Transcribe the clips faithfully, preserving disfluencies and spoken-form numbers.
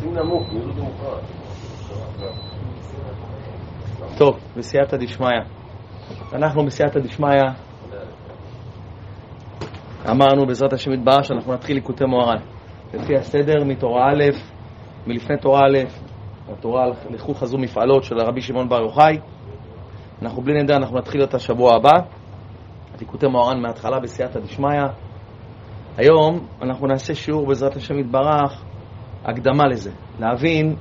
נמוך, מי דמוקרט. טוב, בסייעתא דשמיא. אנחנו בסייעתא דשמיא אמרנו בעזרת השם יתברך שאנחנו נתחיל ליקוטי מוהר"ן לפי הסדר מתורה א', מלפני תורה א', התורה לכו חזו מפעלות של הרבי שמעון בר יוחאי. אנחנו בלי נדר, אנחנו נתחיל את השבוע הבא ליקוטי מוהר"ן מההתחלה בסייעתא דשמיא. היום אנחנו נעשה שיעור בעזרת השם יתברך הקדמה לזה, להבין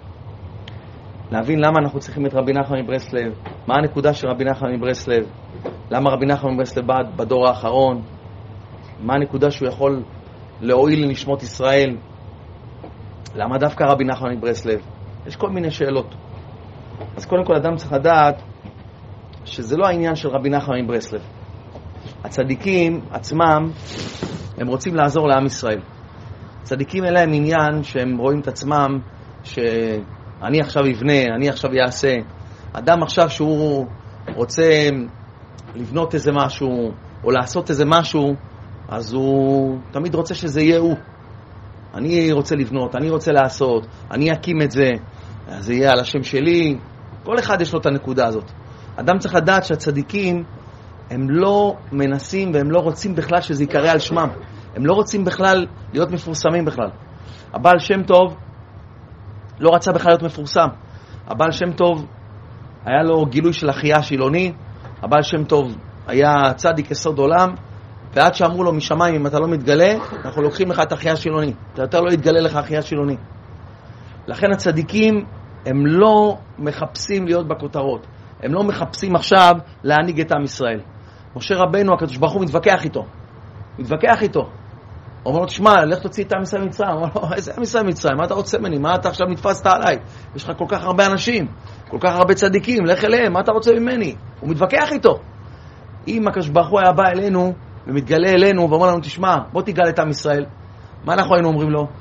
להבין למה אנחנו צריכים את רבי נחמן מברסלב, מה הנקודה של רבי נחמן מברסלב, למה רבי נחמן מברסלב בא בדור האחרון, מה הנקודה שהוא יכול להועיל לנשמות ישראל, למה דווקא רבי נחמן מברסלב. יש כל מיני שאלות. אז קודם כל אדם צריך לדעת שזה לא העניין של רבי נחמן מברסלב. הצדיקים עצמם הם רוצים לעזור לעם ישראל. צדיקים אין להם עניין שהם רואים את עצמם שאני עכשיו אבנה, אני עכשיו יעשה. אדם עכשיו שהוא רוצה לבנות איזה משהו או לעשות איזה משהו, אז הוא תמיד רוצה שזה יהיה הוא. אני רוצה לבנות, אני רוצה לעשות, אני אקים את זה, זה יהיה על השם שלי. כל אחד יש לו את הנקודה הזאת. אדם צריך לדעת שהצדיקים הם לא מנסים והם לא רוצים בכלל שזה יקרא על שמם. הם לא רוצים בכלל להיות מפורסמים בכלל. הבעל שם טוב לא רצה בכלל להיות מפורסם. הבעל שם טוב היה לו גילוי של אחיה שילוני. הבעל שם טוב היה צדיק יסוד עולם, ועד שאמרו לו משמיים, אם אתה לא מתגלה, אנחנו לוקחים לך את אחיה שילוני. אתה יותר לא יתגלה לך אחיה שילוני. לכן הצדיקים הם לא מחפשים להיות בכותרות. הם לא מחפשים עכשיו להנהיג את עם ישראל. משה רבנו, הקדוש ברוך הוא מתווכח איתו. מתווכח איתו. אומר לו, תשמע, לך תוציא את עם ישראל מצרים. אומר לו, איזה עם ישראל מצרים? מה אתה רוצה ממני? מה אתה עכשיו נתפסת עליי? יש לך כל כך הרבה אנשים, כל כך הרבה צדיקים, לך אליהם, מה אתה רוצה ממני? הוא מתווכח איתו. אם הקדוש ברוך הוא היה בא אלינו ומתגלה אלינו ואומר לנו, תשמע, בוא תיגל את עם ישראל, מה אנחנו היינו אומרים לו?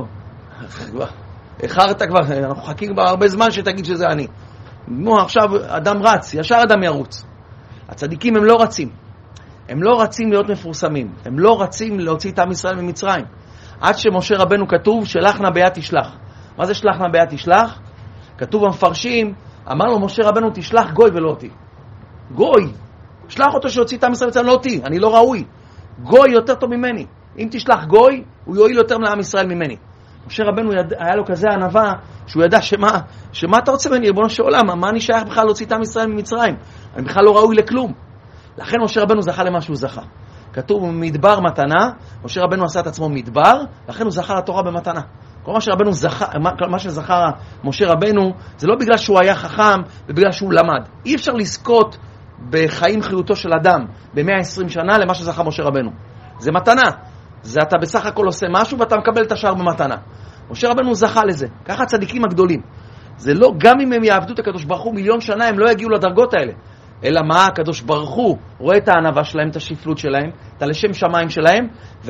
אחרת כבר, אנחנו חכים כבר הרבה זמן שתגיד שזה אני. נו, עכשיו אדם רץ, ישר אדם ירוץ. הצדיקים הם לא רצים. הם לא רצים להיות מפורסמים. הם לא רצים להוציא את עם ישראל ממצרים. עד שמשה רבנו כתוב, שלח נא ביד תשלח. מה זה שלח נא ביד תשלח? כתוב במפרשים, אמר לו משה רבנו, תשלח גוי ולא אותי. גוי. שלח אותו שיוציא את עם ישראל ממצרים, לא אותי. אני לא ראוי. גוי יותר טוב ממני. אם תשלח גוי, הוא יועיל יותר לעם ישראל ממני. משה רבנו יד... היה לו כזה ענווה, שהוא ידע שמה, שמה אתה רוצה ממני, ריבונו של עולם, מה אני שייך בכלל להוציא את עם ישראל ממצרים? אני בכלל לא ראוי לכלום. לכן משה רבנו זכה למה שהוא זכה. כתוב מדבר מתנה, משה רבנו עשה את עצמו מדבר, לכן הוא זכה לתורה במתנה. כל מה שרבנו זכה, מה שזכה משה רבנו, זה לא בגלל שהוא היה חכם, ובגלל שהוא למד. אי אפשר לזכות בחיים חיותו של אדם ב-מאה ועשרים שנה למה שזכה משה רבנו. זה מתנה. זה אתה בסך הכל עושה משהו ואתה מקבל את השאר במתנה. משה רבנו זכה לזה. ככה הצדיקים הגדולים. זה לא, גם אם הם יעבדו את הקדוש ברוך הוא מיליון שנה, הם לא יגיעו לדרגות האלה. אלא מה? הקדוש ברוך הוא רואה את הענווה שלהם, את השפלות שלהם, את הלשם שמיים שלהם,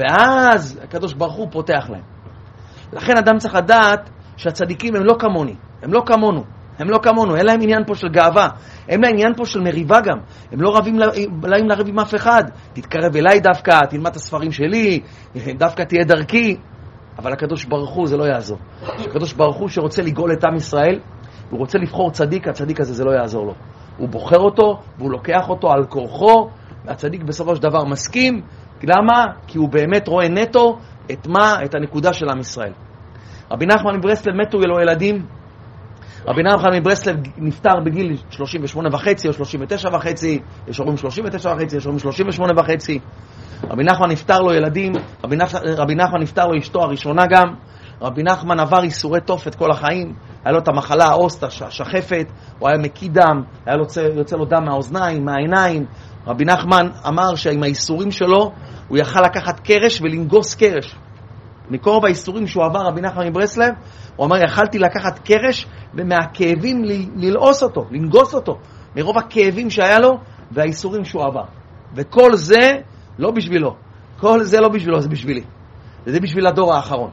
ואז הקדוש ברוך הוא פותח להם. לכן אדם צריך לדעת שהצדיקים הם לא כמוני. הם לא כמונו. הם לא כמונו. אין להם עניין פה של גאווה. אין להם עניין פה של מריבה גם. הם לא רבים להם לריב עם אף אחד. תתקרב אליי דווקא, תלמד את הספרים שלי, דווקא תהיה דרכי. אבל הקדוש ברוך הוא זה לא יעזור. הקדוש ברוך הוא שרוצה לגאול את עם ישראל, הוא רוצה לבחור צדיק, הצדיק הזה זה לא יעזור לו. הוא בוחר אותו, והוא לוקח אותו על כורחו, והצדיק בסופו של דבר מסכים. למה? כי הוא באמת רואה נטו את מה? את הנקודה של עם ישראל. רבי נחמן מברסלב מתו לו ילדים. רבי נחמן מברסלב נפטר בגיל שלושים ושמונה וחצי או שלושים ותשע וחצי, יש אומרים שלושים ותשע וחצי, יש אומרים שלושים ושמונה וחצי. רבי נחמן נפטר לו ילדים, רבי, נפ... רבי נחמן נפטר לו אשתו הראשונה גם. רבי נחמן עבר איסורי תופת כל החיים, היה לו את המחלה, האוסט, השחפת, הוא היה מקיא דם, היה לו יוצא, יוצא לו דם מהאוזניים, מהעיניים. רבי נחמן אמר שעם האיסורים שלו הוא יכל לקחת קרש ולנגוס קרש. מקורב האיסורים שהוא עבר רבי נחמן מברסלב, הוא אמר יכלתי לקחת קרש ומהכאבים ל- ללעוס אותו, לנגוס אותו, מרוב הכאבים שהיה לו והאיסורים שהוא עבר. וכל זה לא בשבילו, כל זה לא בשבילו, זה בשבילי. זה בשביל הדור האחרון.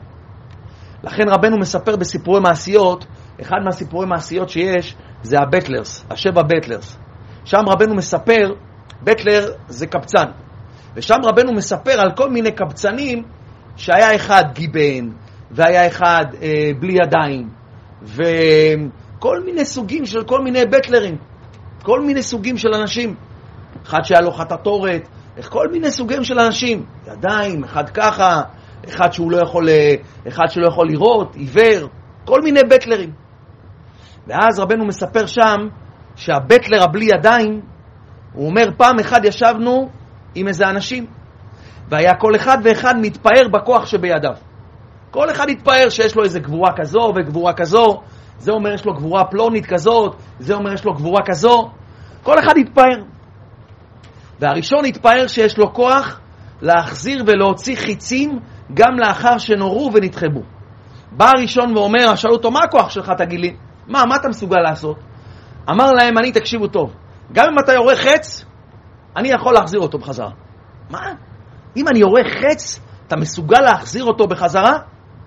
לכן רבנו מספר בסיפורי מעשיות, אחד מהסיפורי מעשיות שיש זה הבטלרס, השבע בטלרס. שם רבנו מספר, בטלר זה קבצן, ושם רבנו מספר על כל מיני קבצנים שהיה אחד גיבן, והיה אחד אה, בלי ידיים, וכל מיני סוגים של כל מיני בטלרים, כל מיני סוגים של אנשים. אחד שהיה לו חטטורת, כל מיני סוגים של אנשים, ידיים, אחד ככה, אחד שהוא לא יכול, אחד שלא יכול לראות, עיוור, כל מיני בטלרים. ואז רבנו מספר שם שהבטלר הבלי ידיים, הוא אומר פעם אחד ישבנו עם איזה אנשים, והיה כל אחד ואחד מתפאר בכוח שבידיו. כל אחד התפאר שיש לו איזה גבורה כזו וגבורה כזו, זה אומר יש לו גבורה פלונית כזאת, זה אומר יש לו גבורה כזו, כל אחד התפאר. והראשון התפאר שיש לו כוח להחזיר ולהוציא חיצים גם לאחר שנורו ונתחבו. בא הראשון ואומר, שאלו אותו, מה הכוח שלך תגיד לי? מה, מה אתה מסוגל לעשות? אמר להם, אני תקשיבו טוב, גם אם אתה יורה חץ, אני יכול להחזיר אותו בחזרה. מה? אם אני יורה חץ, אתה מסוגל להחזיר אותו בחזרה?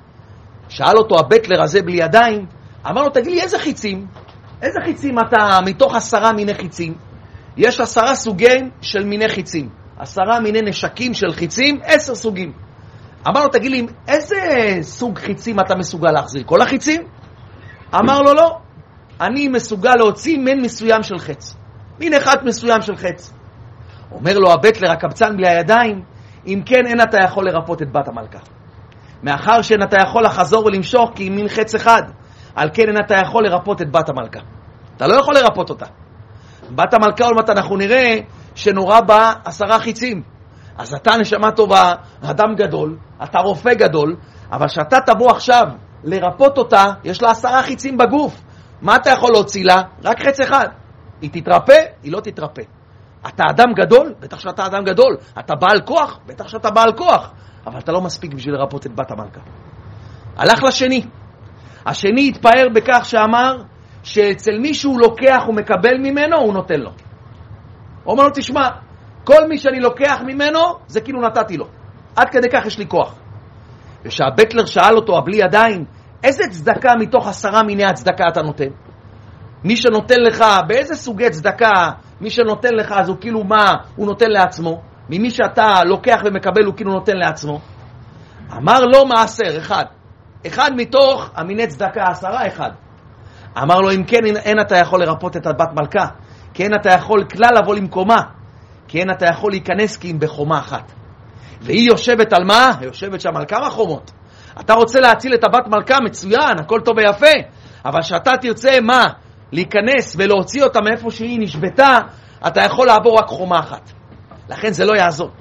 שאל אותו הבטלר הזה בלי ידיים, אמר לו, תגיד לי, איזה חיצים? איזה חיצים אתה, מתוך עשרה מיני חיצים? יש עשרה סוגים של מיני חיצים. עשרה מיני נשקים של חיצים, עשר סוגים. אמר לו, תגיד לי, איזה סוג חיצים אתה מסוגל להחזיר? כל החיצים? אמר לו, לא. אני מסוגל להוציא מין מסוים של חץ. מין אחד מסוים של חץ. אומר לו הבטלר, הקבצן בלי הידיים, אם כן, אין אתה יכול לרפות את בת המלכה. מאחר שאין אתה יכול לחזור ולמשוך, כי מין חץ אחד. על כן אין אתה יכול לרפות את בת המלכה. אתה לא יכול לרפות אותה. בת המלכה, עוד מעט אנחנו נראה שנורא בה עשרה חיצים. אז אתה נשמה טובה, אדם גדול, אתה רופא גדול, אבל שאתה תבוא עכשיו לרפות אותה, יש לה עשרה חיצים בגוף. מה אתה יכול להוציא לה? רק חץ אחד. היא תתרפא? היא לא תתרפא. אתה אדם גדול? בטח שאתה אדם גדול. אתה בעל כוח? בטח שאתה בעל כוח. אבל אתה לא מספיק בשביל לרפות את בת המלכה. הלך לשני. השני התפאר בכך שאמר שאצל מי שהוא לוקח ומקבל ממנו, הוא נותן לו. הוא אומר לו, תשמע, כל מי שאני לוקח ממנו, זה כאילו נתתי לו. עד כדי כך יש לי כוח. ושהבטלר שאל אותו, הבלי ידיים, איזה צדקה מתוך עשרה מיני הצדקה אתה נותן? מי שנותן לך, באיזה סוגי צדקה, מי שנותן לך, אז הוא כאילו מה? הוא נותן לעצמו. ממי שאתה לוקח ומקבל, הוא כאילו נותן לעצמו. אמר לו מעשר, אחד. אחד מתוך המיני צדקה, עשרה, אחד. אמר לו, אם כן, אין אתה יכול לרפות את הבת מלכה, כי אין אתה יכול כלל לבוא למקומה, כי אין אתה יכול להיכנס כי אם בחומה אחת. והיא יושבת על מה? היא יושבת שם על כמה חומות. אתה רוצה להציל את הבת מלכה, מצוין, הכל טוב ויפה, אבל שאתה תרצה מה? להיכנס ולהוציא אותה מאיפה שהיא נשבתה, אתה יכול לעבור רק חומה אחת. לכן זה לא יעזור.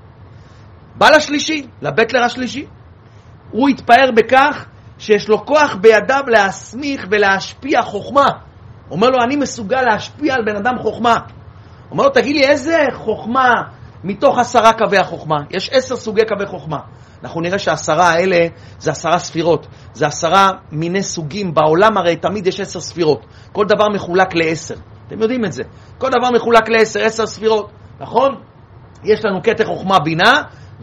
בא לשלישי, לבטלר השלישי, הוא התפאר בכך שיש לו כוח בידיו להסמיך ולהשפיע חוכמה. אומר לו, אני מסוגל להשפיע על בן אדם חוכמה. אומר לו, תגיד לי, איזה חוכמה מתוך עשרה קווי החוכמה? יש עשר סוגי קווי חוכמה. אנחנו נראה שהעשרה האלה זה עשרה ספירות. זה עשרה מיני סוגים. בעולם הרי תמיד יש עשר ספירות. כל דבר מחולק לעשר. אתם יודעים את זה. כל דבר מחולק לעשר, עשר ספירות. נכון? יש לנו קטע חוכמה בינה,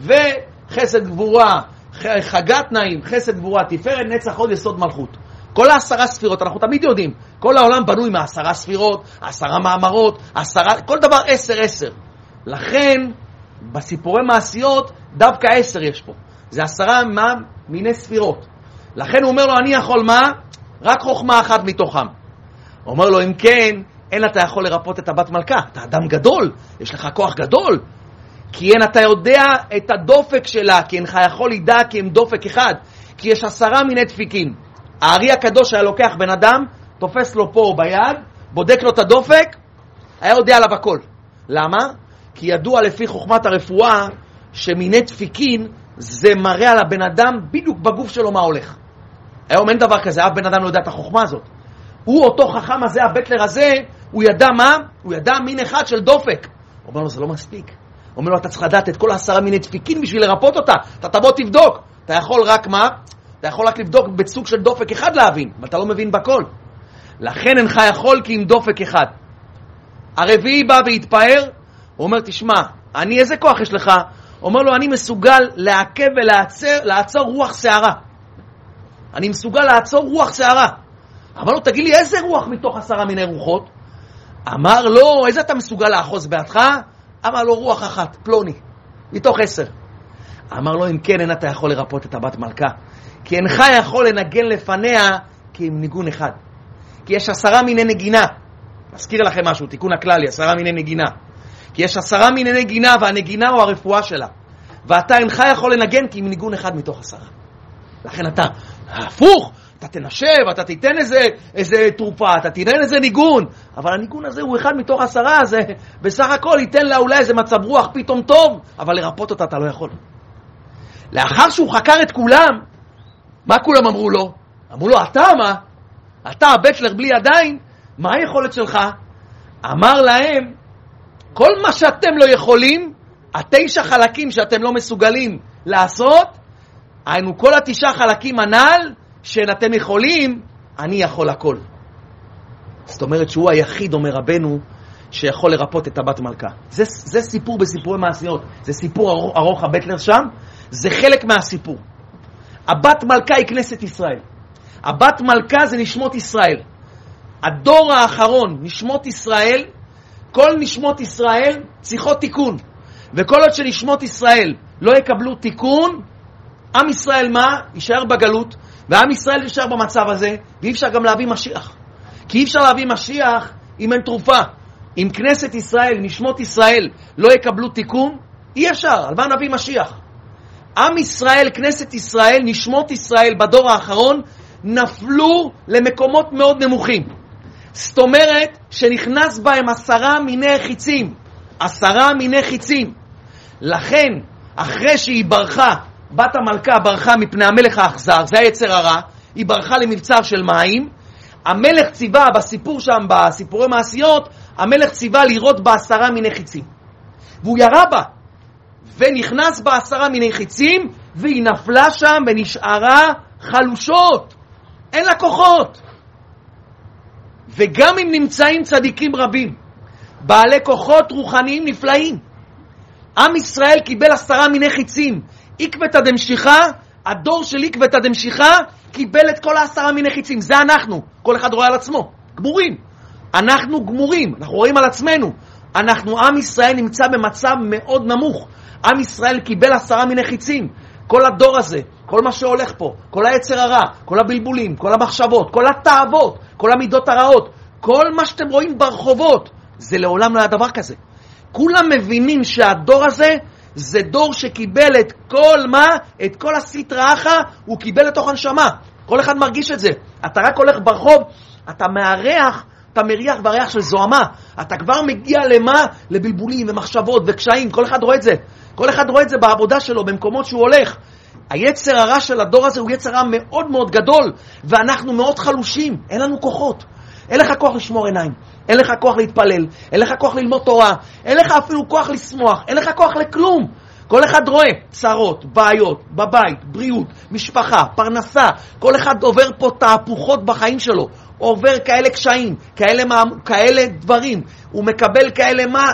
וחסד גבורה, חגת נעים, חסד גבורה, תפארת, נצח, עוד יסוד מלכות. כל העשרה ספירות, אנחנו תמיד יודעים, כל העולם בנוי מעשרה ספירות, עשרה מאמרות, עשרה, כל דבר עשר עשר. לכן, בסיפורי מעשיות, דווקא עשר יש פה. זה עשרה מה? מיני ספירות. לכן הוא אומר לו, אני יכול מה? רק חוכמה אחת מתוכם. הוא אומר לו, אם כן, אין אתה יכול לרפות את הבת מלכה. אתה אדם גדול, יש לך כוח גדול. כי אין אתה יודע את הדופק שלה, כי אינך יכול לדע כי הם דופק אחד. כי יש עשרה מיני דפיקים. הארי הקדוש היה לוקח בן אדם, תופס לו פה ביד, בודק לו את הדופק, היה יודע עליו הכל. למה? כי ידוע לפי חוכמת הרפואה שמיני דפיקין זה מראה על הבן אדם בדיוק בגוף שלו מה הולך. היום אין דבר כזה, אף בן אדם לא יודע את החוכמה הזאת. הוא אותו חכם הזה, הבטלר הזה, הוא ידע מה? הוא ידע מין אחד של דופק. הוא אומר לו, זה לא מספיק. הוא אומר לו, אתה צריך לדעת את כל העשרה מיני דפיקין בשביל לרפות אותה. אתה תבוא תבדוק. אתה יכול רק מה? אתה יכול רק לבדוק בסוג של דופק אחד להבין, אבל אתה לא מבין בכל. לכן אינך יכול כי עם דופק אחד. הרביעי בא והתפאר, הוא אומר, תשמע, אני איזה כוח יש לך? הוא אומר לו, אני מסוגל לעכב ולעצור לעצור רוח שערה. אני מסוגל לעצור רוח שערה. אמר לו, תגיד לי, איזה רוח מתוך עשרה מיני רוחות? אמר לו, איזה אתה מסוגל לאחוז בעדך? אמר לו, רוח אחת, פלוני, מתוך עשר. אמר לו, אם כן, אין אתה יכול לרפות את הבת מלכה. כי אינך יכול לנגן לפניה כי עם ניגון אחד. כי יש עשרה מיני נגינה. מזכיר לכם משהו, תיקון הכללי, עשרה מיני נגינה. כי יש עשרה מיני נגינה, והנגינה הוא הרפואה שלה. ואתה אינך יכול לנגן כי עם ניגון אחד מתוך עשרה. לכן אתה, הפוך, אתה תנשב, אתה תיתן איזה, איזה תרופה, אתה תיתן איזה ניגון. אבל הניגון הזה הוא אחד מתוך עשרה, זה בסך הכל ייתן לה אולי איזה מצב רוח פתאום טוב, אבל לרפות אותה אתה לא יכול. לאחר שהוא חקר את כולם, מה כולם אמרו לו? אמרו לו, אתה מה? אתה הבטלר בלי ידיים, מה היכולת שלך? אמר להם, כל מה שאתם לא יכולים, התשע חלקים שאתם לא מסוגלים לעשות, היינו כל התשעה חלקים הנ"ל, שאתם יכולים, אני יכול הכל. זאת אומרת שהוא היחיד, אומר רבנו, שיכול לרפות את הבת מלכה. זה, זה סיפור בסיפורי מעשיות. זה סיפור ארוך, ארוך הבטלר שם, זה חלק מהסיפור. הבת מלכה היא כנסת ישראל. הבת מלכה זה נשמות ישראל. הדור האחרון, נשמות ישראל, כל נשמות ישראל צריכות תיקון. וכל עוד שנשמות ישראל לא יקבלו תיקון, עם ישראל מה? יישאר בגלות, ועם ישראל יישאר במצב הזה, ואי אפשר גם להביא משיח. כי אי אפשר להביא משיח אם אין תרופה. אם כנסת ישראל, נשמות ישראל, לא יקבלו תיקון, אי אפשר, על מה נביא משיח? עם ישראל, כנסת ישראל, נשמות ישראל בדור האחרון, נפלו למקומות מאוד נמוכים. זאת אומרת שנכנס בהם עשרה מיני חיצים. עשרה מיני חיצים. לכן, אחרי שהיא ברחה, בת המלכה ברחה מפני המלך האכזר, זה היצר הרע, היא ברחה למבצר של מים, המלך ציווה בסיפור שם, בסיפורי מעשיות, המלך ציווה לראות בעשרה מיני חיצים. והוא ירה בה, ונכנס בעשרה מיני חיצים, והיא נפלה שם ונשארה חלושות. אין לה כוחות. וגם אם נמצאים צדיקים רבים, בעלי כוחות רוחניים נפלאים, עם ישראל קיבל עשרה מיני חיצים. עקבתא דמשיחא, הדור של עקבתא דמשיחא קיבל את כל העשרה מיני חיצים. זה אנחנו. כל אחד רואה על עצמו. גמורים. אנחנו גמורים. אנחנו רואים על עצמנו. אנחנו, עם ישראל נמצא במצב מאוד נמוך. עם ישראל קיבל עשרה מיני חיצים. כל הדור הזה, כל מה שהולך פה, כל היצר הרע, כל הבלבולים, כל המחשבות, כל התאוות, כל המידות הרעות, כל מה שאתם רואים ברחובות, זה לעולם לא היה דבר כזה. כולם מבינים שהדור הזה זה דור שקיבל את כל מה, את כל הסטרא אחרא, הוא קיבל לתוך הנשמה. כל אחד מרגיש את זה. אתה רק הולך ברחוב, אתה מארח, אתה מריח בריח של זוהמה. אתה כבר מגיע למה? לבלבולים ומחשבות וקשיים. כל אחד רואה את זה. כל אחד רואה את זה בעבודה שלו, במקומות שהוא הולך. היצר הרע של הדור הזה הוא יצר רע מאוד מאוד גדול, ואנחנו מאוד חלושים. אין לנו כוחות. אין לך כוח לשמור עיניים. אין לך כוח להתפלל, אין לך כוח ללמוד תורה, אין לך אפילו כוח לשמוח, אין לך כוח לכלום. כל אחד רואה צרות, בעיות, בבית, בריאות, משפחה, פרנסה. כל אחד עובר פה תהפוכות בחיים שלו. עובר כאלה קשיים, כאלה, כאלה דברים. הוא מקבל כאלה מה?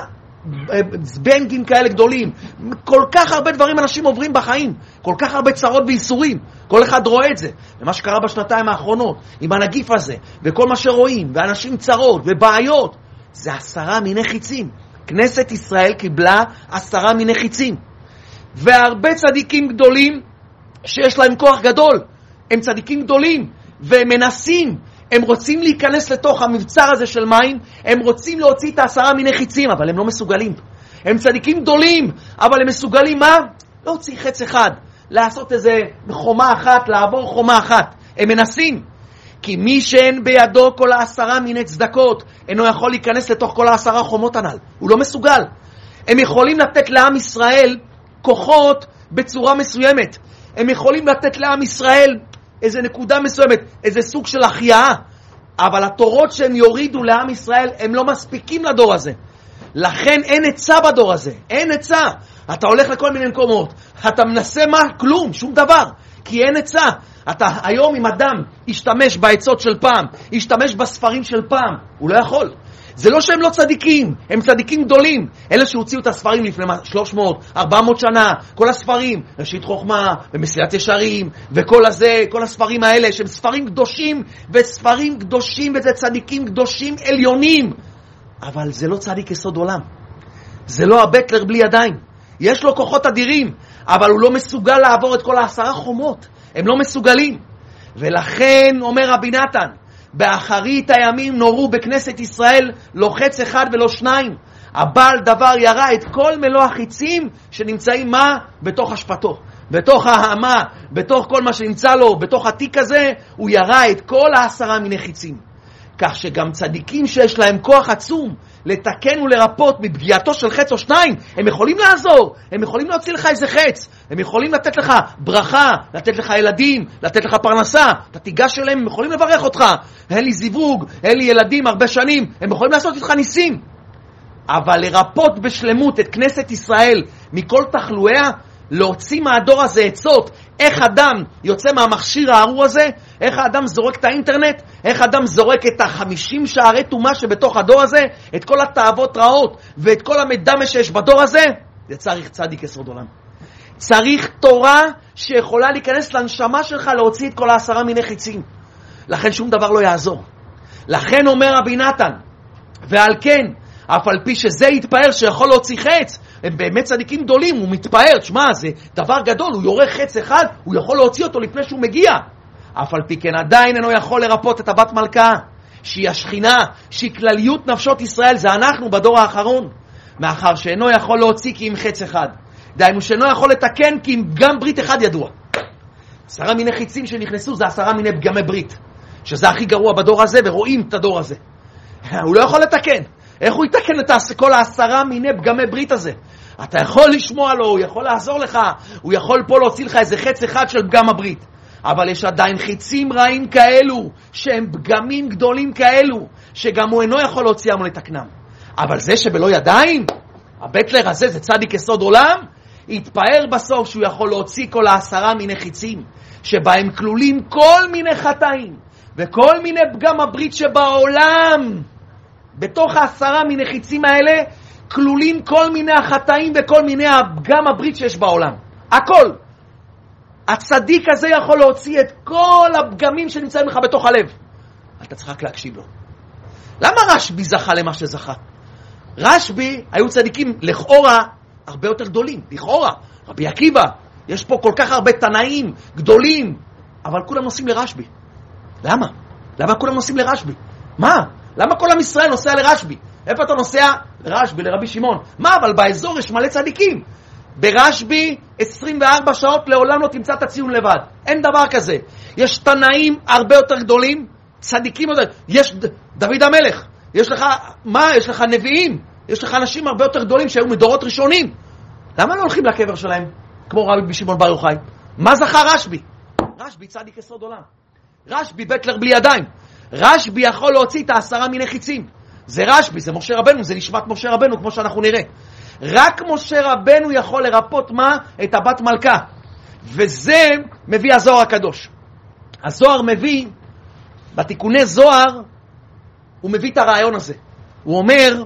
זבנגים כאלה גדולים. כל כך הרבה דברים אנשים עוברים בחיים. כל כך הרבה צרות ואיסורים. כל אחד רואה את זה. ומה שקרה בשנתיים האחרונות, עם הנגיף הזה, וכל מה שרואים, ואנשים צרות ובעיות, זה עשרה מיני חיצים. כנסת ישראל קיבלה עשרה מיני חיצים. והרבה צדיקים גדולים שיש להם כוח גדול. הם צדיקים גדולים, והם מנסים, הם רוצים להיכנס לתוך המבצר הזה של מים, הם רוצים להוציא את העשרה מיני חיצים, אבל הם לא מסוגלים. הם צדיקים גדולים, אבל הם מסוגלים מה? להוציא חץ אחד, לעשות איזה חומה אחת, לעבור חומה אחת. הם מנסים. כי מי שאין בידו כל העשרה מיני צדקות, אינו יכול להיכנס לתוך כל העשרה חומות הנ"ל. הוא לא מסוגל. הם יכולים לתת לעם ישראל כוחות בצורה מסוימת. הם יכולים לתת לעם ישראל איזה נקודה מסוימת, איזה סוג של החייאה. אבל התורות שהם יורידו לעם ישראל, הם לא מספיקים לדור הזה. לכן אין עצה בדור הזה. אין עצה. אתה הולך לכל מיני מקומות. אתה מנסה מה? כלום, שום דבר. כי אין עצה. אתה היום אם אדם ישתמש בעצות של פעם, ישתמש בספרים של פעם, הוא לא יכול. זה לא שהם לא צדיקים, הם צדיקים גדולים. אלה שהוציאו את הספרים לפני שלוש מאות, ארבע מאות שנה, כל הספרים, ראשית חוכמה, ומסילת ישרים, וכל הזה, כל הספרים האלה, שהם ספרים קדושים, וספרים קדושים, וזה צדיקים קדושים עליונים. אבל זה לא צדיק יסוד עולם. זה לא הבטלר בלי ידיים. יש לו כוחות אדירים, אבל הוא לא מסוגל לעבור את כל העשרה חומות. הם לא מסוגלים. ולכן אומר רבי נתן, באחרית הימים נורו בכנסת ישראל לא חץ אחד ולא שניים. הבעל דבר ירה את כל מלוא החיצים שנמצאים מה? בתוך השפתו, בתוך ההמה, בתוך כל מה שנמצא לו, בתוך התיק הזה, הוא ירה את כל העשרה מיני חיצים. כך שגם צדיקים שיש להם כוח עצום לתקן ולרפות מפגיעתו של חץ או שניים, הם יכולים לעזור, הם יכולים להוציא לך איזה חץ, הם יכולים לתת לך ברכה, לתת לך ילדים, לתת לך פרנסה, אתה תיגש אליהם, הם יכולים לברך אותך, אין לי זיווג, אין לי ילדים הרבה שנים, הם יכולים לעשות איתך ניסים. אבל לרפות בשלמות את כנסת ישראל מכל תחלואיה, להוציא מהדור הזה עצות, איך אדם יוצא מהמכשיר הארור הזה, איך האדם זורק את האינטרנט, איך אדם זורק את החמישים שערי תומה שבתוך הדור הזה, את כל התאוות רעות ואת כל המדמה שיש בדור הזה, זה צריך צדיק יסוד עולם. צריך תורה שיכולה להיכנס לנשמה שלך להוציא את כל העשרה מיני חיצים. לכן שום דבר לא יעזור. לכן אומר רבי נתן, ועל כן, אף על פי שזה יתפאר שיכול להוציא חץ, הם באמת צדיקים גדולים, הוא מתפאר, תשמע, זה דבר גדול, הוא יורה חץ אחד, הוא יכול להוציא אותו לפני שהוא מגיע. אף על פי כן עדיין אינו יכול לרפות את הבת מלכה, שהיא השכינה, שהיא כלליות נפשות ישראל, זה אנחנו בדור האחרון, מאחר שאינו יכול להוציא כי עם חץ אחד. דהיינו שאינו יכול לתקן כי עם גם ברית אחד ידוע. עשרה מיני חיצים שנכנסו זה עשרה מיני פגמי ברית, שזה הכי גרוע בדור הזה, ורואים את הדור הזה. הוא לא יכול לתקן. איך הוא יתקן את כל העשרה מיני פגמי ברית הזה? אתה יכול לשמוע לו, הוא יכול לעזור לך, הוא יכול פה להוציא לך איזה חץ אחד של פגם הברית. אבל יש עדיין חיצים רעים כאלו, שהם פגמים גדולים כאלו, שגם הוא אינו יכול להוציאם ולתקנם. אבל זה שבלא ידיים, הבטלר הזה זה צדיק יסוד עולם, יתפאר בסוף שהוא יכול להוציא כל העשרה מיני חיצים, שבהם כלולים כל מיני חטאים, וכל מיני פגם הברית שבעולם. בתוך העשרה מיני חיצים האלה כלולים כל מיני החטאים וכל מיני הפגם הברית שיש בעולם. הכל. הצדיק הזה יכול להוציא את כל הפגמים שנמצאים לך בתוך הלב. אתה צריך רק להקשיב לו. למה רשבי זכה למה שזכה? רשבי היו צדיקים לכאורה הרבה יותר גדולים. לכאורה. רבי עקיבא, יש פה כל כך הרבה תנאים גדולים, אבל כולם נוסעים לרשבי. למה? למה כולם נוסעים לרשבי? מה? למה כל עם ישראל נוסע לרשבי? איפה אתה נוסע? לרשבי, לרבי שמעון. מה? אבל באזור יש מלא צדיקים. ברשבי עשרים וארבע שעות לעולם לא תמצא את הציון לבד. אין דבר כזה. יש תנאים הרבה יותר גדולים, צדיקים יותר. יש ד... דוד המלך. יש לך, מה? יש לך נביאים. יש לך אנשים הרבה יותר גדולים שהיו מדורות ראשונים. למה לא הולכים לקבר שלהם? כמו רבי שמעון בר יוחאי. מה זכה רשבי? רשבי צדיק יסוד עולם. רשבי בטלר בלי ידיים. רשבי יכול להוציא את העשרה מיני חיצים. זה רשבי, זה משה רבנו, זה נשמת משה רבנו, כמו שאנחנו נראה. רק משה רבנו יכול לרפות מה? את הבת מלכה. וזה מביא הזוהר הקדוש. הזוהר מביא, בתיקוני זוהר, הוא מביא את הרעיון הזה. הוא אומר,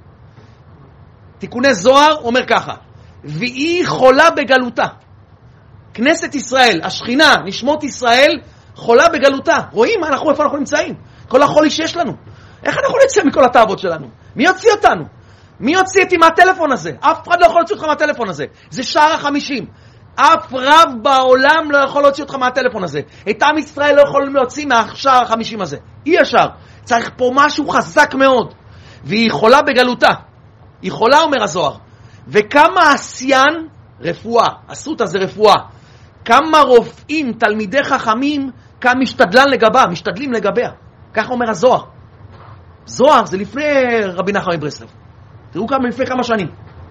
תיקוני זוהר, הוא אומר ככה, והיא חולה בגלותה. כנסת ישראל, השכינה, נשמות ישראל, חולה בגלותה. רואים מה אנחנו, איפה אנחנו נמצאים? כל החולי שיש לנו. איך אנחנו נצא מכל התאוות שלנו? מי יוציא אותנו? מי יוציא אותי מהטלפון הזה? אף אחד לא יכול להוציא אותך מהטלפון הזה. זה שער החמישים. אף רב בעולם לא יכול להוציא אותך מהטלפון הזה. את עם ישראל לא יכולים להוציא מהשער החמישים הזה. אי אפשר. צריך פה משהו חזק מאוד. והיא חולה בגלותה. היא חולה, אומר הזוהר. וכמה עשיין, רפואה. הסוטה זה רפואה. כמה רופאים, תלמידי חכמים, כמה משתדלן לגבה, משתדלים לגביה. כך אומר הזוהר. זוהר זה לפני רבי נחמן מברסלב. תראו כמה לפני כמה שנים.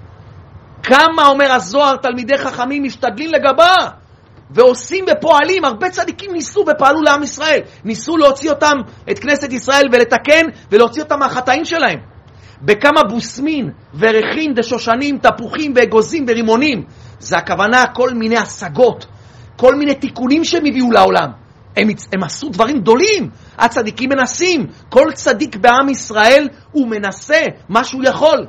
כמה אומר הזוהר, תלמידי חכמים משתדלים לגבה, ועושים ופועלים. הרבה צדיקים ניסו ופעלו לעם ישראל. ניסו להוציא אותם, את כנסת ישראל, ולתקן, ולהוציא אותם מהחטאים שלהם. בכמה בוסמין, וריחין, דשושנים, תפוחים, ואגוזים, ורימונים. זה הכוונה, כל מיני השגות, כל מיני תיקונים שהם הביאו לעולם. הם, הם עשו דברים גדולים. הצדיקים מנסים. כל צדיק בעם ישראל הוא מנסה מה שהוא יכול.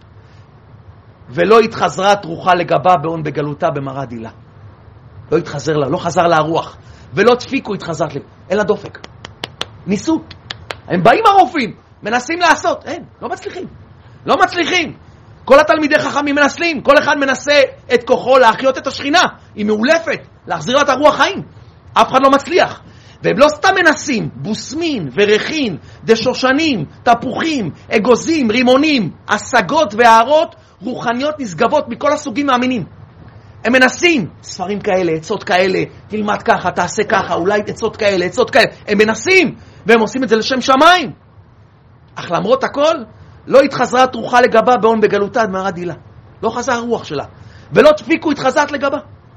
ולא התחזרה תרוחה לגבה בעון בגלותה במראה דילה. לא התחזר לה, לא חזר לה הרוח. ולא תפיקו התחזרת לה. אין לה דופק. ניסו. הם באים הרופאים, מנסים לעשות. אין, לא מצליחים. לא מצליחים. כל התלמידי חכמים מנסים. כל אחד מנסה את כוחו להחיות את השכינה. היא מאולפת. להחזיר לה את הרוח חיים. אף אחד לא מצליח. והם לא סתם מנסים, בוסמין ורחין, דשושנים, תפוחים, אגוזים, רימונים, השגות והערות, רוחניות נשגבות מכל הסוגים מאמינים. הם מנסים, ספרים כאלה, עצות כאלה, תלמד ככה, תעשה ככה, אולי עצות כאלה, עצות כאלה. הם מנסים, והם עושים את זה לשם שמיים. אך למרות הכל, לא התחזרה תרוחה לגבה בעון בגלותה עד מהרה דילה. לא חזר הרוח שלה. ולא תפיקו התחזרת לגבה.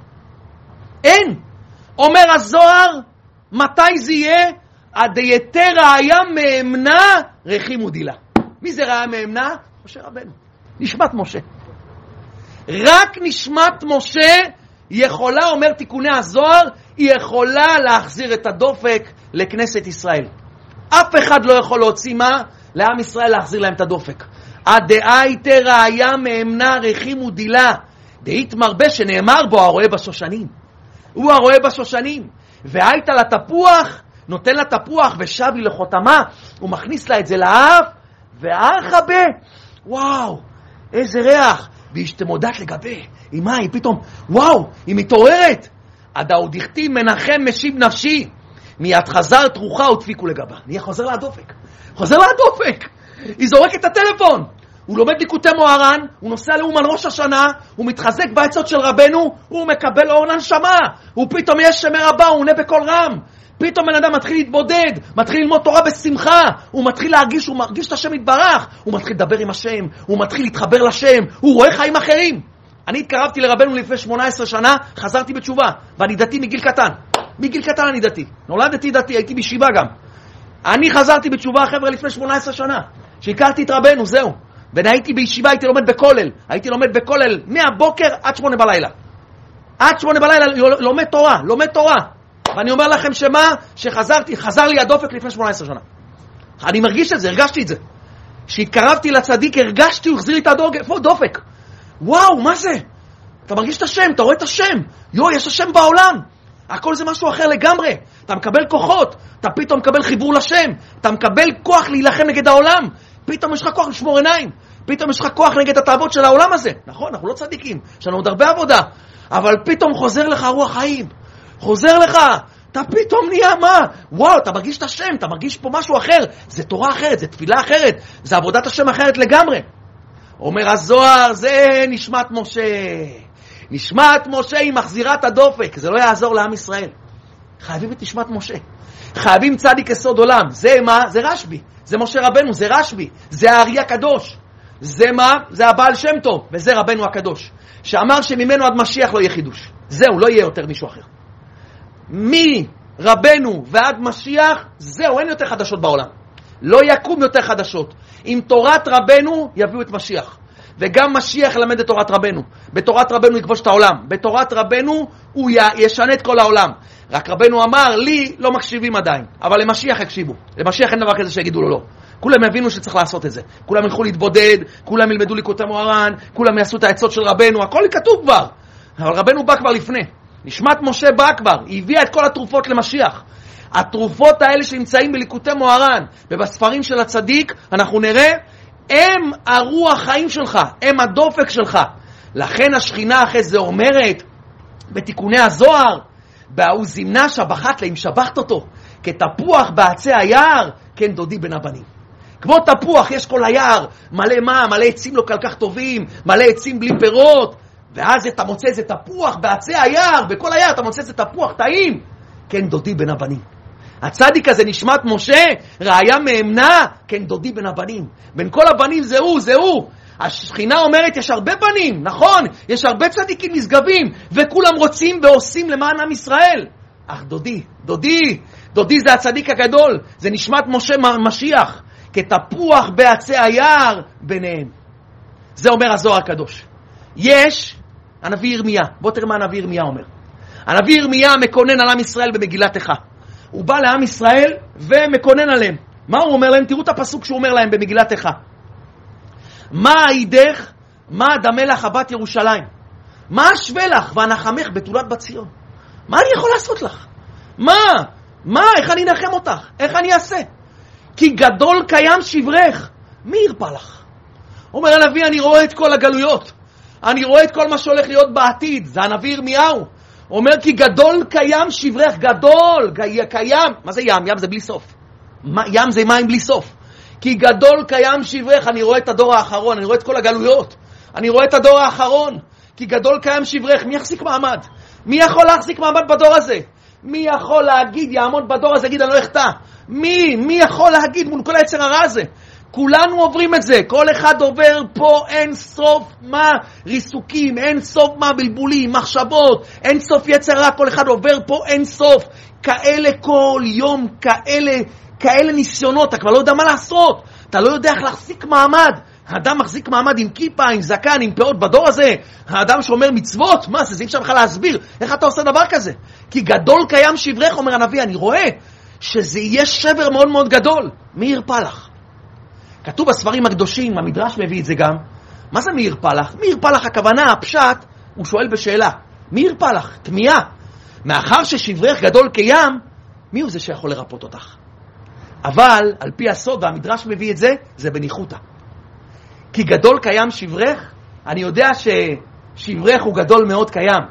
אין. אומר הזוהר, מתי זה יהיה? עד יתר ראיה מאמנה רחימו דילה. מי זה ראיה מאמנה? משה רבנו. נשמת משה. רק נשמת משה יכולה, אומר תיקוני הזוהר, היא יכולה להחזיר את הדופק לכנסת ישראל. אף אחד לא יכול להוציא מה? לעם ישראל להחזיר להם את הדופק. הדאית ראיה מאמנה רחימו דילה. דאית מרבה שנאמר בו הרואה בשושנים. הוא הרואה בשושנים. והיית לתפוח, נותן לה תפוח ושבי לחותמה, הוא מכניס לה את זה לאף, והרחבה, וואו, איזה ריח. והשתמודת לגבי, היא מה, היא פתאום, וואו, היא מתעוררת. עד ההודיכתי מנחם משיב נפשי, מיד חזר תרוחה ודפיקו לגבה. נהיה חוזר לה הדופק. חוזר לה הדופק. היא זורקת את הטלפון. הוא לומד ליקוטי מוהר"ן, הוא נוסע לאומן ראש השנה, הוא מתחזק בעצות של רבנו, הוא מקבל אור נשמה. הוא פתאום יש שמר הבא, הוא עונה בכל רם. פתאום בן אדם מתחיל להתבודד, מתחיל ללמוד תורה בשמחה, הוא מתחיל להרגיש, הוא מרגיש את השם יתברך, הוא מתחיל לדבר עם השם, הוא מתחיל להתחבר לשם, הוא רואה חיים אחרים. אני התקרבתי לרבנו לפני שמונה עשרה שנה, חזרתי בתשובה, ואני דתי מגיל קטן. מגיל קטן אני דתי. נולדתי דתי, הייתי בישיבה גם. אני חזרתי בתשובה, חבר'ה, לפני שמונה עשרה שנה. שהכרתי את רבנו, זהו. והייתי בישיבה, הייתי לומד בכולל. הייתי לומד בכולל מהבוקר עד שמונה בלילה. עד שמונה בלילה לומד תורה, לומד תורה. ואני אומר לכם שמה? שחזרתי, חזר לי הדופק לפני שמונה עשרה שנה. אני מרגיש את זה, הרגשתי את זה. כשהתקרבתי לצדיק, הרגשתי, הוא החזיר לי את הדופק. וואו, מה זה? אתה מרגיש את השם, אתה רואה את השם. יו, יש השם בעולם. הכל זה משהו אחר לגמרי. אתה מקבל כוחות, אתה פתאום מקבל חיבור לשם, אתה מקבל כוח להילחם נגד העולם. פתאום יש לך כוח לשמור עיניים. פתאום יש לך כוח נגד התאוות של העולם הזה. נכון, אנחנו לא צדיקים, יש לנו עוד הרבה עבודה. אבל פתאום חוזר לך רוח חיים. חוזר לך, אתה פתאום נהיה מה? וואו, אתה מרגיש את השם, אתה מרגיש פה משהו אחר. זה תורה אחרת, זה תפילה אחרת, זה עבודת השם אחרת לגמרי. אומר הזוהר, זה נשמת משה. נשמת משה היא מחזירה את הדופק. זה לא יעזור לעם ישראל. חייבים את נשמת משה. חייבים צדיק יסוד עולם. זה מה? זה רשב"י. זה משה רבנו, זה רשב"י. זה הארי הקדוש. זה מה? זה הבעל שם טוב. וזה רבנו הקדוש. שאמר שממנו עד משיח לא יהיה חידוש. זהו, לא יהיה יותר מישהו אחר. מרבנו ועד משיח, זהו, אין יותר חדשות בעולם. לא יקום יותר חדשות. עם תורת רבנו יביאו את משיח. וגם משיח ילמד את תורת רבנו. בתורת רבנו יכבוש את העולם. בתורת רבנו הוא ישנה את כל העולם. רק רבנו אמר, לי לא מקשיבים עדיין, אבל למשיח יקשיבו. למשיח אין דבר כזה שיגידו לו לא. כולם הבינו שצריך לעשות את זה. כולם ילכו להתבודד, כולם ילמדו ליקוטי מוהר"ן, כולם יעשו את העצות של רבנו, הכל כתוב כבר. אבל רבנו בא כבר לפני. נשמת משה בא כבר, היא הביאה את כל התרופות למשיח. התרופות האלה שנמצאים בליקוטי מוהר"ן ובספרים של הצדיק, אנחנו נראה, הם הרוח חיים שלך, הם הדופק שלך. לכן השכינה אחרי זה אומרת, בתיקוני הזוהר, בהוא זימנה שבחת לה, אם שבחת אותו, כתפוח בעצי היער, כן דודי בין הבנים. כמו תפוח, יש כל היער, מלא מה, מלא עצים לא כל כך טובים, מלא עצים בלי פירות, ואז אתה מוצא איזה תפוח בעצי היער, בכל היער אתה מוצא איזה תפוח טעים, כן דודי בין הבנים. הצדיק הזה נשמת משה, ראיה מאמנה, כן דודי בין הבנים. בין כל הבנים זה הוא, זה הוא. השכינה אומרת, יש הרבה בנים, נכון, יש הרבה צדיקים נשגבים, וכולם רוצים ועושים למען עם ישראל. אך דודי, דודי, דודי זה הצדיק הגדול, זה נשמת משה משיח, כתפוח בעצי היער ביניהם. זה אומר הזוהר הקדוש. יש הנביא ירמיה, בוא תראה מה הנביא ירמיה אומר. הנביא ירמיה מקונן על עם ישראל במגילת איכה. הוא בא לעם ישראל ומקונן עליהם. מה הוא אומר להם? תראו את הפסוק שהוא אומר להם במגילת איכה. מה העידך, מה אדמה לך בת ירושלים? מה אשווה לך ואנחמך בתולת בת ציון? מה אני יכול לעשות לך? מה? מה? איך אני אנחם אותך? איך אני אעשה? כי גדול קיים שברך. מי ירפא לך? אומר הנביא, אני רואה את כל הגלויות. אני רואה את כל מה שהולך להיות בעתיד. זה הנביא ירמיהו. אומר כי גדול קיים שברך, גדול, קיים. מה זה ים? ים זה בלי סוף. ים זה מים בלי סוף. כי גדול קיים שברך, אני רואה את הדור האחרון, אני רואה את כל הגלויות. אני רואה את הדור האחרון. כי גדול קיים שברך, מי יחזיק מעמד? מי יכול להחזיק מעמד בדור הזה? מי יכול להגיד, יעמוד בדור הזה, יגיד אני לא אחטא? מי? מי יכול להגיד מול כל היצר הרע הזה? כולנו עוברים את זה, כל אחד עובר פה אין סוף מה ריסוקים, אין סוף מה בלבולים, מחשבות, אין סוף יצר רע, כל אחד עובר פה אין סוף. כאלה כל יום, כאלה, כאלה ניסיונות, אתה כבר לא יודע מה לעשות, אתה לא יודע איך להחזיק מעמד. האדם מחזיק מעמד עם כיפה, עם זקן, עם פאות בדור הזה. האדם שאומר מצוות, מה זה? זה אי אפשר בכלל להסביר. איך אתה עושה דבר כזה? כי גדול קיים שברך, אומר הנביא, אני רואה שזה יהיה שבר מאוד מאוד גדול. מי ירפא לך? כתוב בספרים הקדושים, המדרש מביא את זה גם. מה זה מי ירפא לך? מי ירפא לך הכוונה, הפשט, הוא שואל בשאלה. מי ירפא לך? תמיהה. מאחר ששברך גדול קיים, מי הוא זה שיכול לרפות אותך? אבל, על פי הסוד, והמדרש מביא את זה, זה בניחותא. כי גדול קיים שברך, אני יודע ששברך הוא גדול מאוד קיים.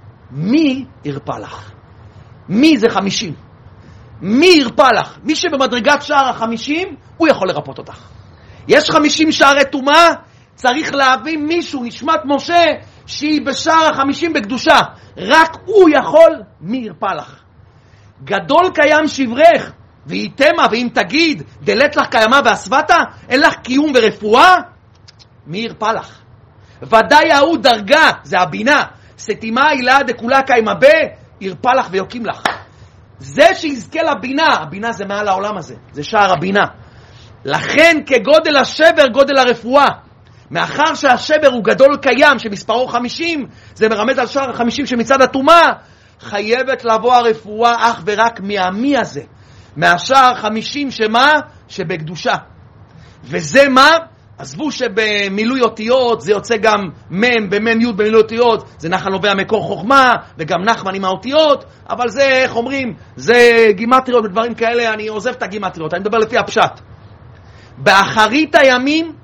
מי ירפא לך? מי זה חמישים? מי ירפא לך? מי שבמדרגת שער החמישים, הוא יכול לרפות אותך. יש חמישים שערי טומאה, צריך להביא מישהו, נשמת משה, שהיא בשער החמישים בקדושה. רק הוא יכול, מי ירפא לך? גדול קיים שברך, והיא תמה, ואם תגיד, דלת לך קיימה והסבתה, אין לך קיום ורפואה, מי ירפא לך? ודאי ההוא דרגה, זה הבינה, סתימה הילה דקולה קיימה בה, ירפא לך ויוקים לך. זה שיזכה לבינה, הבינה זה מעל העולם הזה, זה שער הבינה. לכן כגודל השבר גודל הרפואה. מאחר שהשבר הוא גדול קיים, שמספרו חמישים, זה מרמז על שער החמישים שמצד הטומאה, חייבת לבוא הרפואה אך ורק מהמי הזה, מהשער חמישים שמה? שבקדושה. וזה מה? עזבו שבמילוי אותיות זה יוצא גם מם, במם י' במילוי אותיות, זה נחל נובע מקור חוכמה, וגם נחמן עם האותיות, אבל זה, איך אומרים, זה גימטריות ודברים כאלה, אני עוזב את הגימטריות, אני מדבר לפי הפשט. באחרית הימים,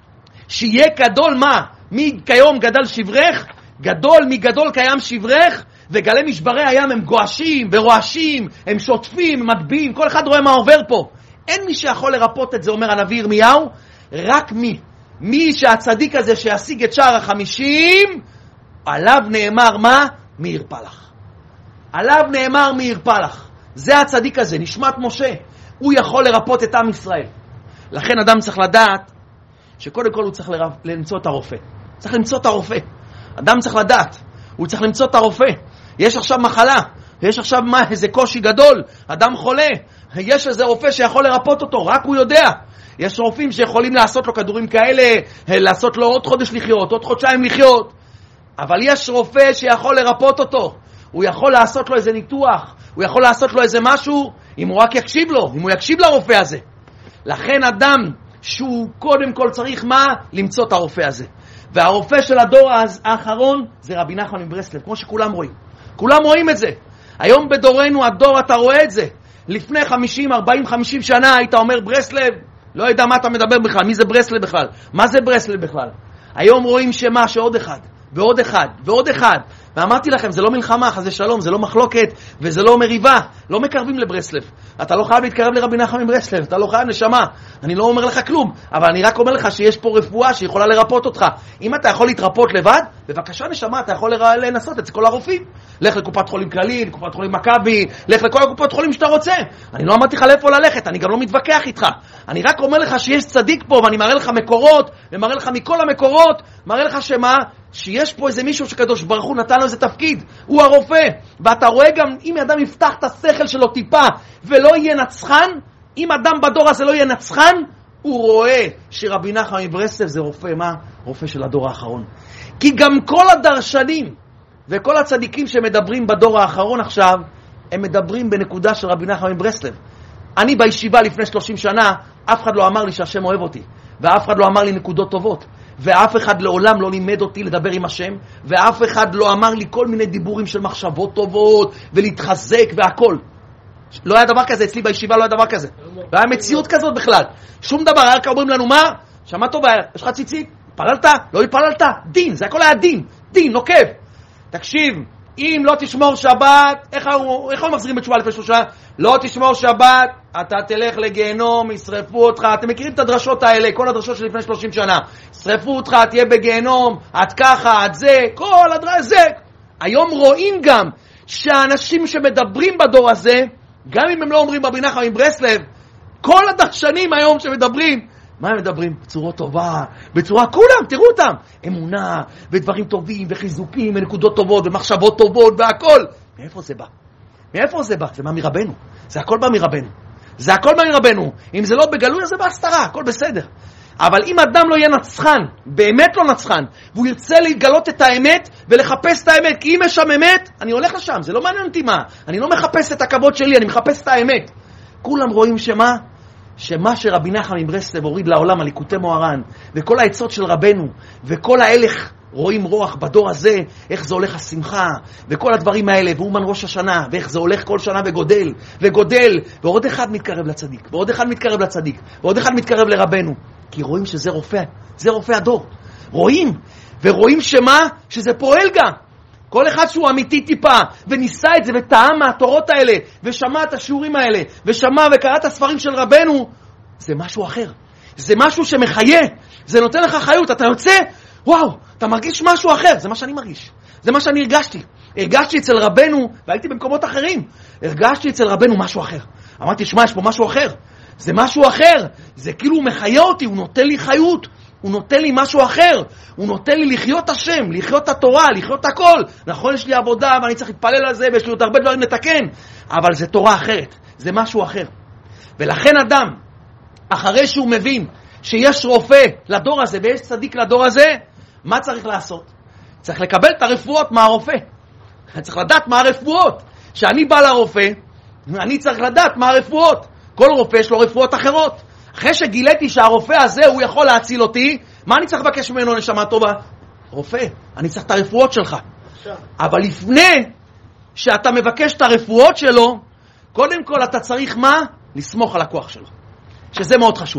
שיהיה גדול מה? מי כיום גדל שברך? גדול מגדול קיים שברך, וגלי משברי הים הם גועשים ורועשים, הם שוטפים, הם מטביעים, כל אחד רואה מה עובר פה. אין מי שיכול לרפות את זה, אומר הנביא ירמיהו, רק מי, מי שהצדיק הזה שישיג את שער החמישים, עליו נאמר מה? מי ירפא לך. עליו נאמר מי ירפא לך. זה הצדיק הזה, נשמת משה. הוא יכול לרפות את עם ישראל. לכן אדם צריך לדעת שקודם כל הוא צריך לרפ... למצוא את הרופא. צריך למצוא את הרופא. אדם צריך לדעת, הוא צריך למצוא את הרופא. יש עכשיו מחלה, יש עכשיו מה, איזה קושי גדול, אדם חולה, יש איזה רופא שיכול לרפות אותו, רק הוא יודע. יש רופאים שיכולים לעשות לו כדורים כאלה, לעשות לו עוד חודש לחיות, עוד חודשיים לחיות. אבל יש רופא שיכול לרפות אותו. הוא יכול לעשות לו איזה ניתוח, הוא יכול לעשות לו איזה משהו, אם הוא רק יקשיב לו, אם הוא יקשיב לרופא הזה. לכן אדם שהוא קודם כל צריך מה? למצוא את הרופא הזה. והרופא של הדור האחרון זה רבי נחמן מברסלב, כמו שכולם רואים. כולם רואים את זה. היום בדורנו הדור אתה רואה את זה. לפני חמישים, ארבעים, חמישים שנה היית אומר ברסלב, לא יודע מה אתה מדבר בכלל, מי זה ברסלב בכלל? מה זה ברסלב בכלל? היום רואים שמה, שעוד אחד, ועוד אחד, ועוד אחד. ואמרתי לכם, זה לא מלחמה, זה שלום, זה לא מחלוקת, וזה לא מריבה. לא מקרבים לברסלב. אתה לא חייב להתקרב לרבי נחמן מברסלב, אתה לא חייב נשמה. אני לא אומר לך כלום, אבל אני רק אומר לך שיש פה רפואה שיכולה לרפות אותך. אם אתה יכול להתרפות לבד, בבקשה נשמה, אתה יכול לנסות את זה כל הרופאים. לך לקופת חולים כללית, לקופת חולים מכבי, לך לכל הקופות חולים שאתה רוצה. אני לא אמרתי לך לאיפה ללכת, אני גם לא מתווכח איתך. אני רק אומר לך שיש צדיק פה, ואני מראה לך מקורות, ומראה לך מכל המקורות, מראה לך שמה? שיש פה איזה מישהו שקדוש ברוך הוא נתן לו איזה תפקיד, הוא הרופא. ואתה רואה גם, אם אדם יפתח את השכל שלו טיפה, ולא יהיה נצחן, אם אדם בדור הזה לא יהיה נצחן, הוא רואה שרבי נחמן מברסלב זה רופא, מה? רופא של הדור האחרון. כי גם כל הדרשנים, וכל הצדיקים שמדברים בדור האחרון עכשיו, הם מדברים בנקודה של רבי נחמן מברסלב. אני בישיבה לפני שלושים שנה, אף אחד לא אמר לי שהשם אוהב אותי, ואף אחד לא אמר לי נקודות טובות, ואף אחד לעולם לא לימד אותי לדבר עם השם, ואף אחד לא אמר לי כל מיני דיבורים של מחשבות טובות, ולהתחזק והכל. לא היה דבר כזה, אצלי בישיבה לא היה דבר כזה. לא היה מציאות כזאת בכלל. שום דבר, רק אומרים לנו מה? שמע טוב, יש לך ציצית? פללת? לא התפללת? דין, זה הכל היה דין. דין, נוקב. תקשיב, אם לא תשמור שבת, איך הוא, איך הוא מחזירים בתשובה לפני שלושה? לא תשמור שבת, אתה תלך לגיהנום, ישרפו אותך. אתם מכירים את הדרשות האלה, כל הדרשות של לפני שלושים שנה. ישרפו אותך, תהיה בגיהנום, את ככה, את זה, כל הדרש זה. היום רואים גם שהאנשים שמדברים בדור הזה, גם אם הם לא אומרים רבי נחמן מברסלב, כל הדרשנים היום שמדברים, מה הם מדברים? בצורה טובה, בצורה, כולם, תראו אותם, אמונה, ודברים טובים, וחיזוקים, ונקודות טובות, ומחשבות טובות, והכל. מאיפה זה בא? מאיפה זה בא? זה מה מרבנו. זה הכל בא מרבנו. זה הכל בא מרבנו. אם זה לא בגלוי, אז זה בהסתרה, הכל בסדר. אבל אם אדם לא יהיה נצחן, באמת לא נצחן, והוא ירצה להתגלות את האמת, ולחפש את האמת, כי אם יש שם אמת, אני הולך לשם, זה לא מעניין אותי מה. אני לא מחפש את הכבוד שלי, אני מחפש את האמת. כולם רואים שמה? שמה שרבי נחמן מברסלב הוריד לעולם על ליקוטי מוהר"ן, וכל העצות של רבנו, וכל ההלך רואים רוח בדור הזה, איך זה הולך השמחה, וכל הדברים האלה, ואומן ראש השנה, ואיך זה הולך כל שנה וגודל, וגודל, ועוד אחד מתקרב לצדיק, ועוד אחד מתקרב לצדיק, ועוד אחד מתקרב לרבנו, כי רואים שזה רופא, זה רופא הדור. רואים, ורואים שמה? שזה פועל גם. כל אחד שהוא אמיתי טיפה, וניסה את זה, וטעם מהתורות האלה, ושמע את השיעורים האלה, ושמע וקרא את הספרים של רבנו, זה משהו אחר. זה משהו שמחיה, זה נותן לך חיות, אתה יוצא, וואו, אתה מרגיש משהו אחר, זה מה שאני מרגיש. זה מה שאני הרגשתי. הרגשתי אצל רבנו, והייתי במקומות אחרים, הרגשתי אצל רבנו משהו אחר. אמרתי, שמע, יש פה משהו אחר. זה משהו אחר. זה כאילו הוא מחיה אותי, הוא נותן לי חיות. הוא נותן לי משהו אחר, הוא נותן לי לחיות השם, לחיות את התורה, לחיות הכל. נכון, יש לי עבודה ואני צריך להתפלל על זה, ויש לי עוד הרבה דברים לתקן, אבל זה תורה אחרת, זה משהו אחר. ולכן אדם, אחרי שהוא מבין שיש רופא לדור הזה ויש צדיק לדור הזה, מה צריך לעשות? צריך לקבל את הרפואות מהרופא. צריך לדעת מה הרפואות. כשאני בא לרופא, אני צריך לדעת מה הרפואות. כל רופא יש לו רפואות אחרות. אחרי שגיליתי שהרופא הזה הוא יכול להציל אותי, מה אני צריך לבקש ממנו נשמה טובה? רופא, אני צריך את הרפואות שלך. אבל לפני שאתה מבקש את הרפואות שלו, קודם כל אתה צריך מה? לסמוך על הכוח שלו. שזה מאוד חשוב.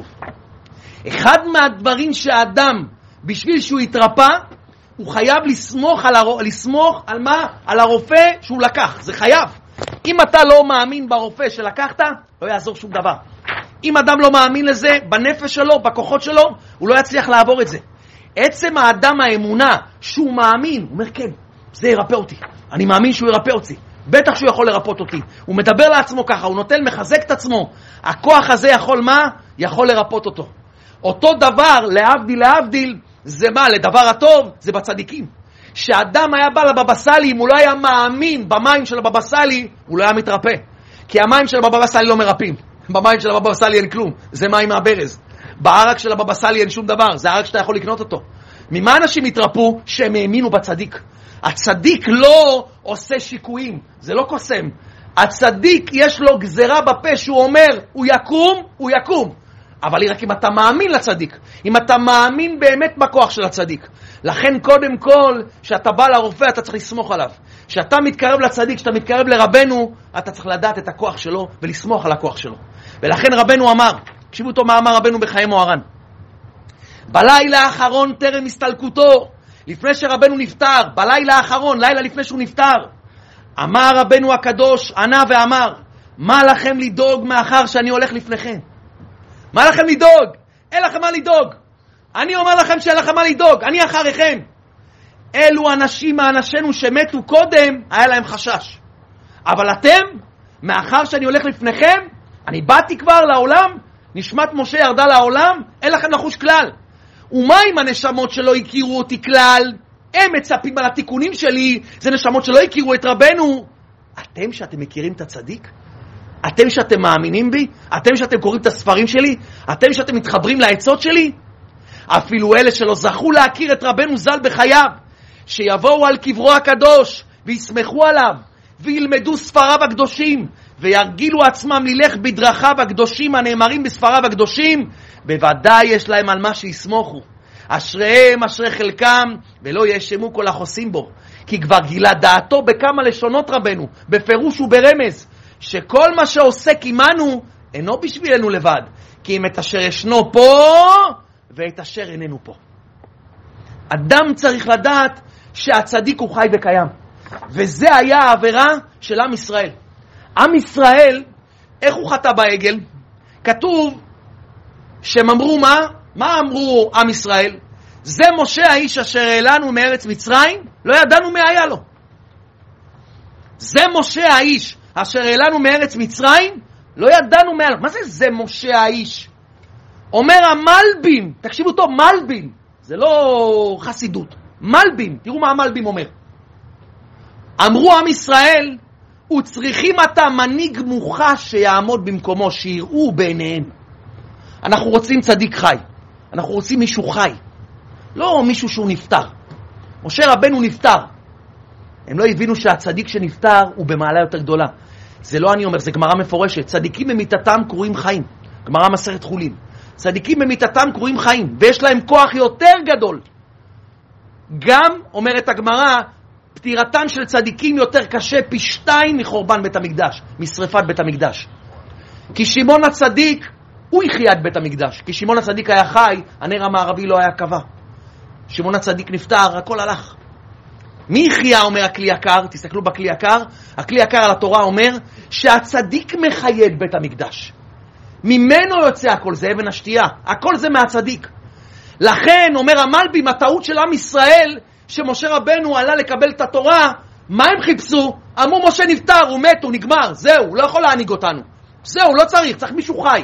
אחד מהדברים שהאדם, בשביל שהוא יתרפא, הוא חייב לסמוך על, הר... לסמוך על מה? על הרופא שהוא לקח. זה חייב. אם אתה לא מאמין ברופא שלקחת, לא יעזור שום דבר. אם אדם לא מאמין לזה, בנפש שלו, בכוחות שלו, הוא לא יצליח לעבור את זה. עצם האדם האמונה שהוא מאמין, הוא אומר כן, זה ירפא אותי. אני מאמין שהוא ירפא אותי. בטח שהוא יכול לרפות אותי. הוא מדבר לעצמו ככה, הוא נוטל, מחזק את עצמו. הכוח הזה יכול מה? יכול לרפות אותו. אותו דבר, להבדיל להבדיל, זה מה? לדבר הטוב, זה בצדיקים. כשאדם היה בא לבבא סאלי, אם הוא לא היה מאמין במים של הבבא סאלי, הוא לא היה מתרפא. כי המים של הבבא סאלי לא מרפאים. במים של הבבא סאלי אין כלום, זה מים מהברז. בערק של הבבא סאלי אין שום דבר, זה ערק שאתה יכול לקנות אותו. ממה אנשים התרפו? שהם האמינו בצדיק. הצדיק לא עושה שיקויים, זה לא קוסם. הצדיק יש לו גזרה בפה שהוא אומר, הוא יקום, הוא יקום. אבל היא רק אם אתה מאמין לצדיק, אם אתה מאמין באמת בכוח של הצדיק. לכן קודם כל, שאתה בא לרופא, אתה צריך לסמוך עליו. שאתה מתקרב לצדיק, שאתה מתקרב לרבנו, אתה צריך לדעת את הכוח שלו ולסמוך על הכוח שלו. ולכן רבנו אמר, תקשיבו אותו מה אמר רבנו בחיי מוהר"ן. בלילה האחרון טרם הסתלקותו, לפני שרבנו נפטר, בלילה האחרון, לילה לפני שהוא נפטר, אמר רבנו הקדוש, ענה ואמר, מה לכם לדאוג מאחר שאני הולך לפניכם? מה לכם לדאוג? אין לכם מה לדאוג. אני אומר לכם שאין לכם מה לדאוג, אני אחריכם. אלו אנשים, האנשינו שמתו קודם, היה להם חשש. אבל אתם, מאחר שאני הולך לפניכם, אני באתי כבר לעולם, נשמת משה ירדה לעולם, אין לכם לחוש כלל. ומה עם הנשמות שלא הכירו אותי כלל? הם מצפים על התיקונים שלי, זה נשמות שלא הכירו את רבנו. אתם שאתם מכירים את הצדיק? אתם שאתם מאמינים בי? אתם שאתם קוראים את הספרים שלי? אתם שאתם מתחברים לעצות שלי? אפילו אלה שלא זכו להכיר את רבנו ז"ל בחייו, שיבואו על קברו הקדוש ויסמכו עליו וילמדו ספריו הקדושים וירגילו עצמם ללך בדרכיו הקדושים הנאמרים בספריו הקדושים, בוודאי יש להם על מה שיסמוכו. אשריהם אשרי חלקם, ולא יאשמו כל החוסים בו, כי כבר גילה דעתו בכמה לשונות רבנו, בפירוש וברמז, שכל מה שעוסק עמנו אינו בשבילנו לבד, כי אם את אשר ישנו פה ואת אשר איננו פה. אדם צריך לדעת שהצדיק הוא חי וקיים. וזה היה העבירה של עם ישראל. עם ישראל, איך הוא חטא בעגל? כתוב שהם אמרו מה? מה אמרו עם ישראל? זה משה האיש אשר העלנו מארץ מצרים, לא ידענו מה היה לו. זה משה האיש אשר העלנו מארץ מצרים, לא ידענו מה היה לו. מה זה זה משה האיש? אומר המלבים, תקשיבו טוב, מלבים, זה לא חסידות, מלבים, תראו מה המלבים אומר. אמרו עם ישראל, וצריכים אתה מנהיג מוחש שיעמוד במקומו, שיראו בעיניהם. אנחנו רוצים צדיק חי, אנחנו רוצים מישהו חי, לא מישהו שהוא נפטר. משה רבנו נפטר, הם לא הבינו שהצדיק שנפטר הוא במעלה יותר גדולה. זה לא אני אומר, זה גמרא מפורשת, צדיקים במיתתם קרויים חיים, גמרא מסכת חולין. צדיקים במיתתם קרויים חיים, ויש להם כוח יותר גדול. גם, אומרת הגמרא, פטירתם של צדיקים יותר קשה פי שתיים מחורבן בית המקדש, משריפת בית המקדש. כי שמעון הצדיק, הוא יחיה את בית המקדש. כי שמעון הצדיק היה חי, הנר המערבי לא היה קבע. שמעון הצדיק נפטר, הכל הלך. מי יחיה, אומר הכלי יקר, תסתכלו בכלי יקר, הכלי יקר על התורה אומר, שהצדיק מחיה את בית המקדש. ממנו יוצא הכל, זה אבן השתייה, הכל זה מהצדיק. לכן אומר המלבים, הטעות של עם ישראל, שמשה רבנו עלה לקבל את התורה, מה הם חיפשו? אמרו משה נפטר, הוא מת, הוא נגמר, זהו, הוא לא יכול להנהיג אותנו. זהו, לא צריך, צריך מישהו חי.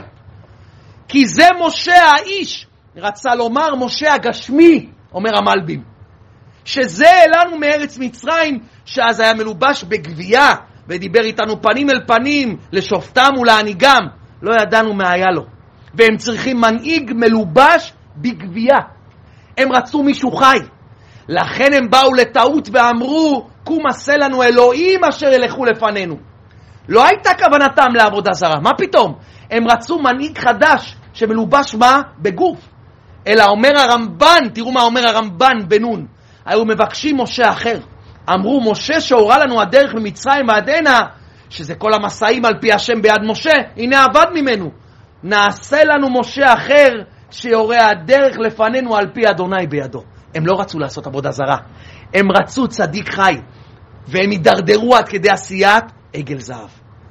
כי זה משה האיש, רצה לומר משה הגשמי, אומר המלבים, שזה אלינו מארץ מצרים, שאז היה מלובש בגבייה, ודיבר איתנו פנים אל פנים, לשופטם ולהנהיגם, לא ידענו מה היה לו. והם צריכים מנהיג מלובש בגבייה. הם רצו מישהו חי. לכן הם באו לטעות ואמרו, קום עשה לנו אלוהים אשר ילכו לפנינו. לא הייתה כוונתם לעבודה זרה. מה פתאום? הם רצו מנהיג חדש שמלובש מה? בגוף. אלא אומר הרמב"ן, תראו מה אומר הרמב"ן בנון. היו מבקשים משה אחר. אמרו משה שהורה לנו הדרך ממצרים ועד הנה, שזה כל המסעים על פי השם ביד משה, הנה עבד ממנו. נעשה לנו משה אחר שיורה הדרך לפנינו על פי אדוני בידו. הם לא רצו לעשות עבודה זרה, הם רצו צדיק חי, והם הידרדרו עד כדי עשיית עגל זהב.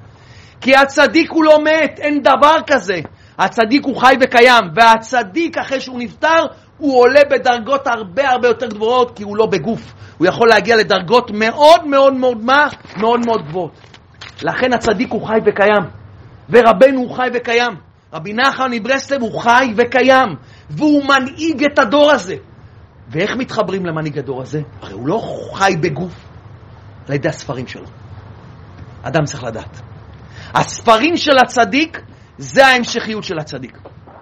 כי הצדיק הוא לא מת, אין דבר כזה. הצדיק הוא חי וקיים, והצדיק אחרי שהוא נפטר, הוא עולה בדרגות הרבה הרבה יותר גבוהות, כי הוא לא בגוף. הוא יכול להגיע לדרגות מאוד מאוד מאוד מה? מאוד מאוד גבוהות. לכן הצדיק הוא חי וקיים, ורבנו הוא חי וקיים. רבי נחמן מברסלב הוא חי וקיים, והוא מנהיג את הדור הזה. ואיך מתחברים למנהיג הדור הזה? הרי הוא לא חי בגוף, על ידי הספרים שלו. אדם צריך לדעת. הספרים של הצדיק זה ההמשכיות של הצדיק.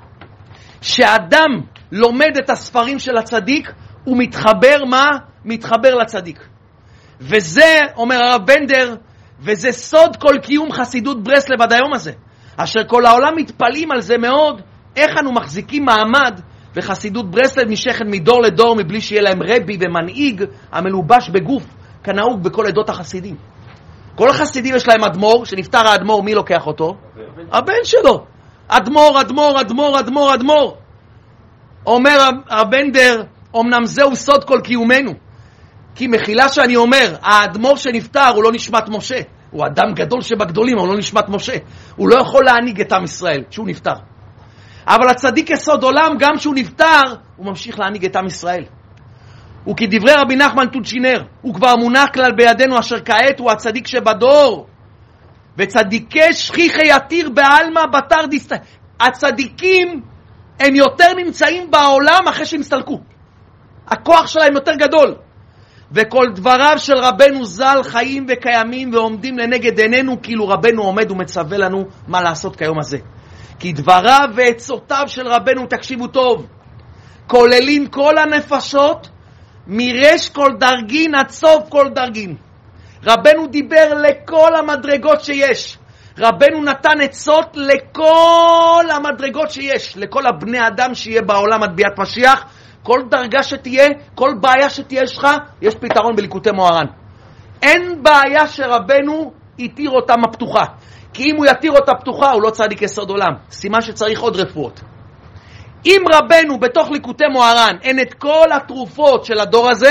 שאדם לומד את הספרים של הצדיק, הוא מתחבר מה? מתחבר לצדיק. וזה, אומר הרב בנדר, וזה סוד כל קיום חסידות ברסלב עד היום הזה. אשר כל העולם מתפלאים על זה מאוד, איך אנו מחזיקים מעמד, וחסידות ברסלב נמשכת מדור לדור, מבלי שיהיה להם רבי ומנהיג המלובש בגוף, כנהוג בכל עדות החסידים. כל החסידים יש להם אדמו"ר, שנפטר האדמו"ר, מי לוקח אותו? הבן שלו. אדמו"ר, אדמו"ר, אדמו"ר, אדמו"ר, אדמו"ר. אומר הבנדר, אמנם זהו סוד כל קיומנו. כי מחילה שאני אומר, האדמו"ר שנפטר הוא לא נשמת משה. הוא אדם גדול שבגדולים, הוא לא נשמת משה. הוא לא יכול להנהיג את עם ישראל כשהוא נפטר. אבל הצדיק יסוד עולם, גם כשהוא נפטר, הוא ממשיך להנהיג את עם ישראל. וכדברי רבי נחמן טוצ'ינר, הוא כבר מונח כלל בידינו, אשר כעת הוא הצדיק שבדור. וצדיקי שכיחי יתיר בעלמא בתר דיסט. הצדיקים הם יותר נמצאים בעולם אחרי שהם הסתלקו. הכוח שלהם יותר גדול. וכל דבריו של רבנו ז"ל חיים וקיימים ועומדים לנגד עינינו, כאילו רבנו עומד ומצווה לנו מה לעשות כיום הזה. כי דבריו ועצותיו של רבנו, תקשיבו טוב, כוללים כל הנפשות, מרש כל דרגין עד סוף כל דרגין. רבנו דיבר לכל המדרגות שיש. רבנו נתן עצות לכל המדרגות שיש, לכל הבני אדם שיהיה בעולם עד ביאת משיח. כל דרגה שתהיה, כל בעיה שתהיה שלך, יש פתרון בליקוטי מוהר"ן. אין בעיה שרבנו יתיר אותה מפתוחה. כי אם הוא יתיר אותה פתוחה, הוא לא צדיק יסוד עולם. סימן שצריך עוד רפואות. אם רבנו בתוך ליקוטי מוהר"ן אין את כל התרופות של הדור הזה,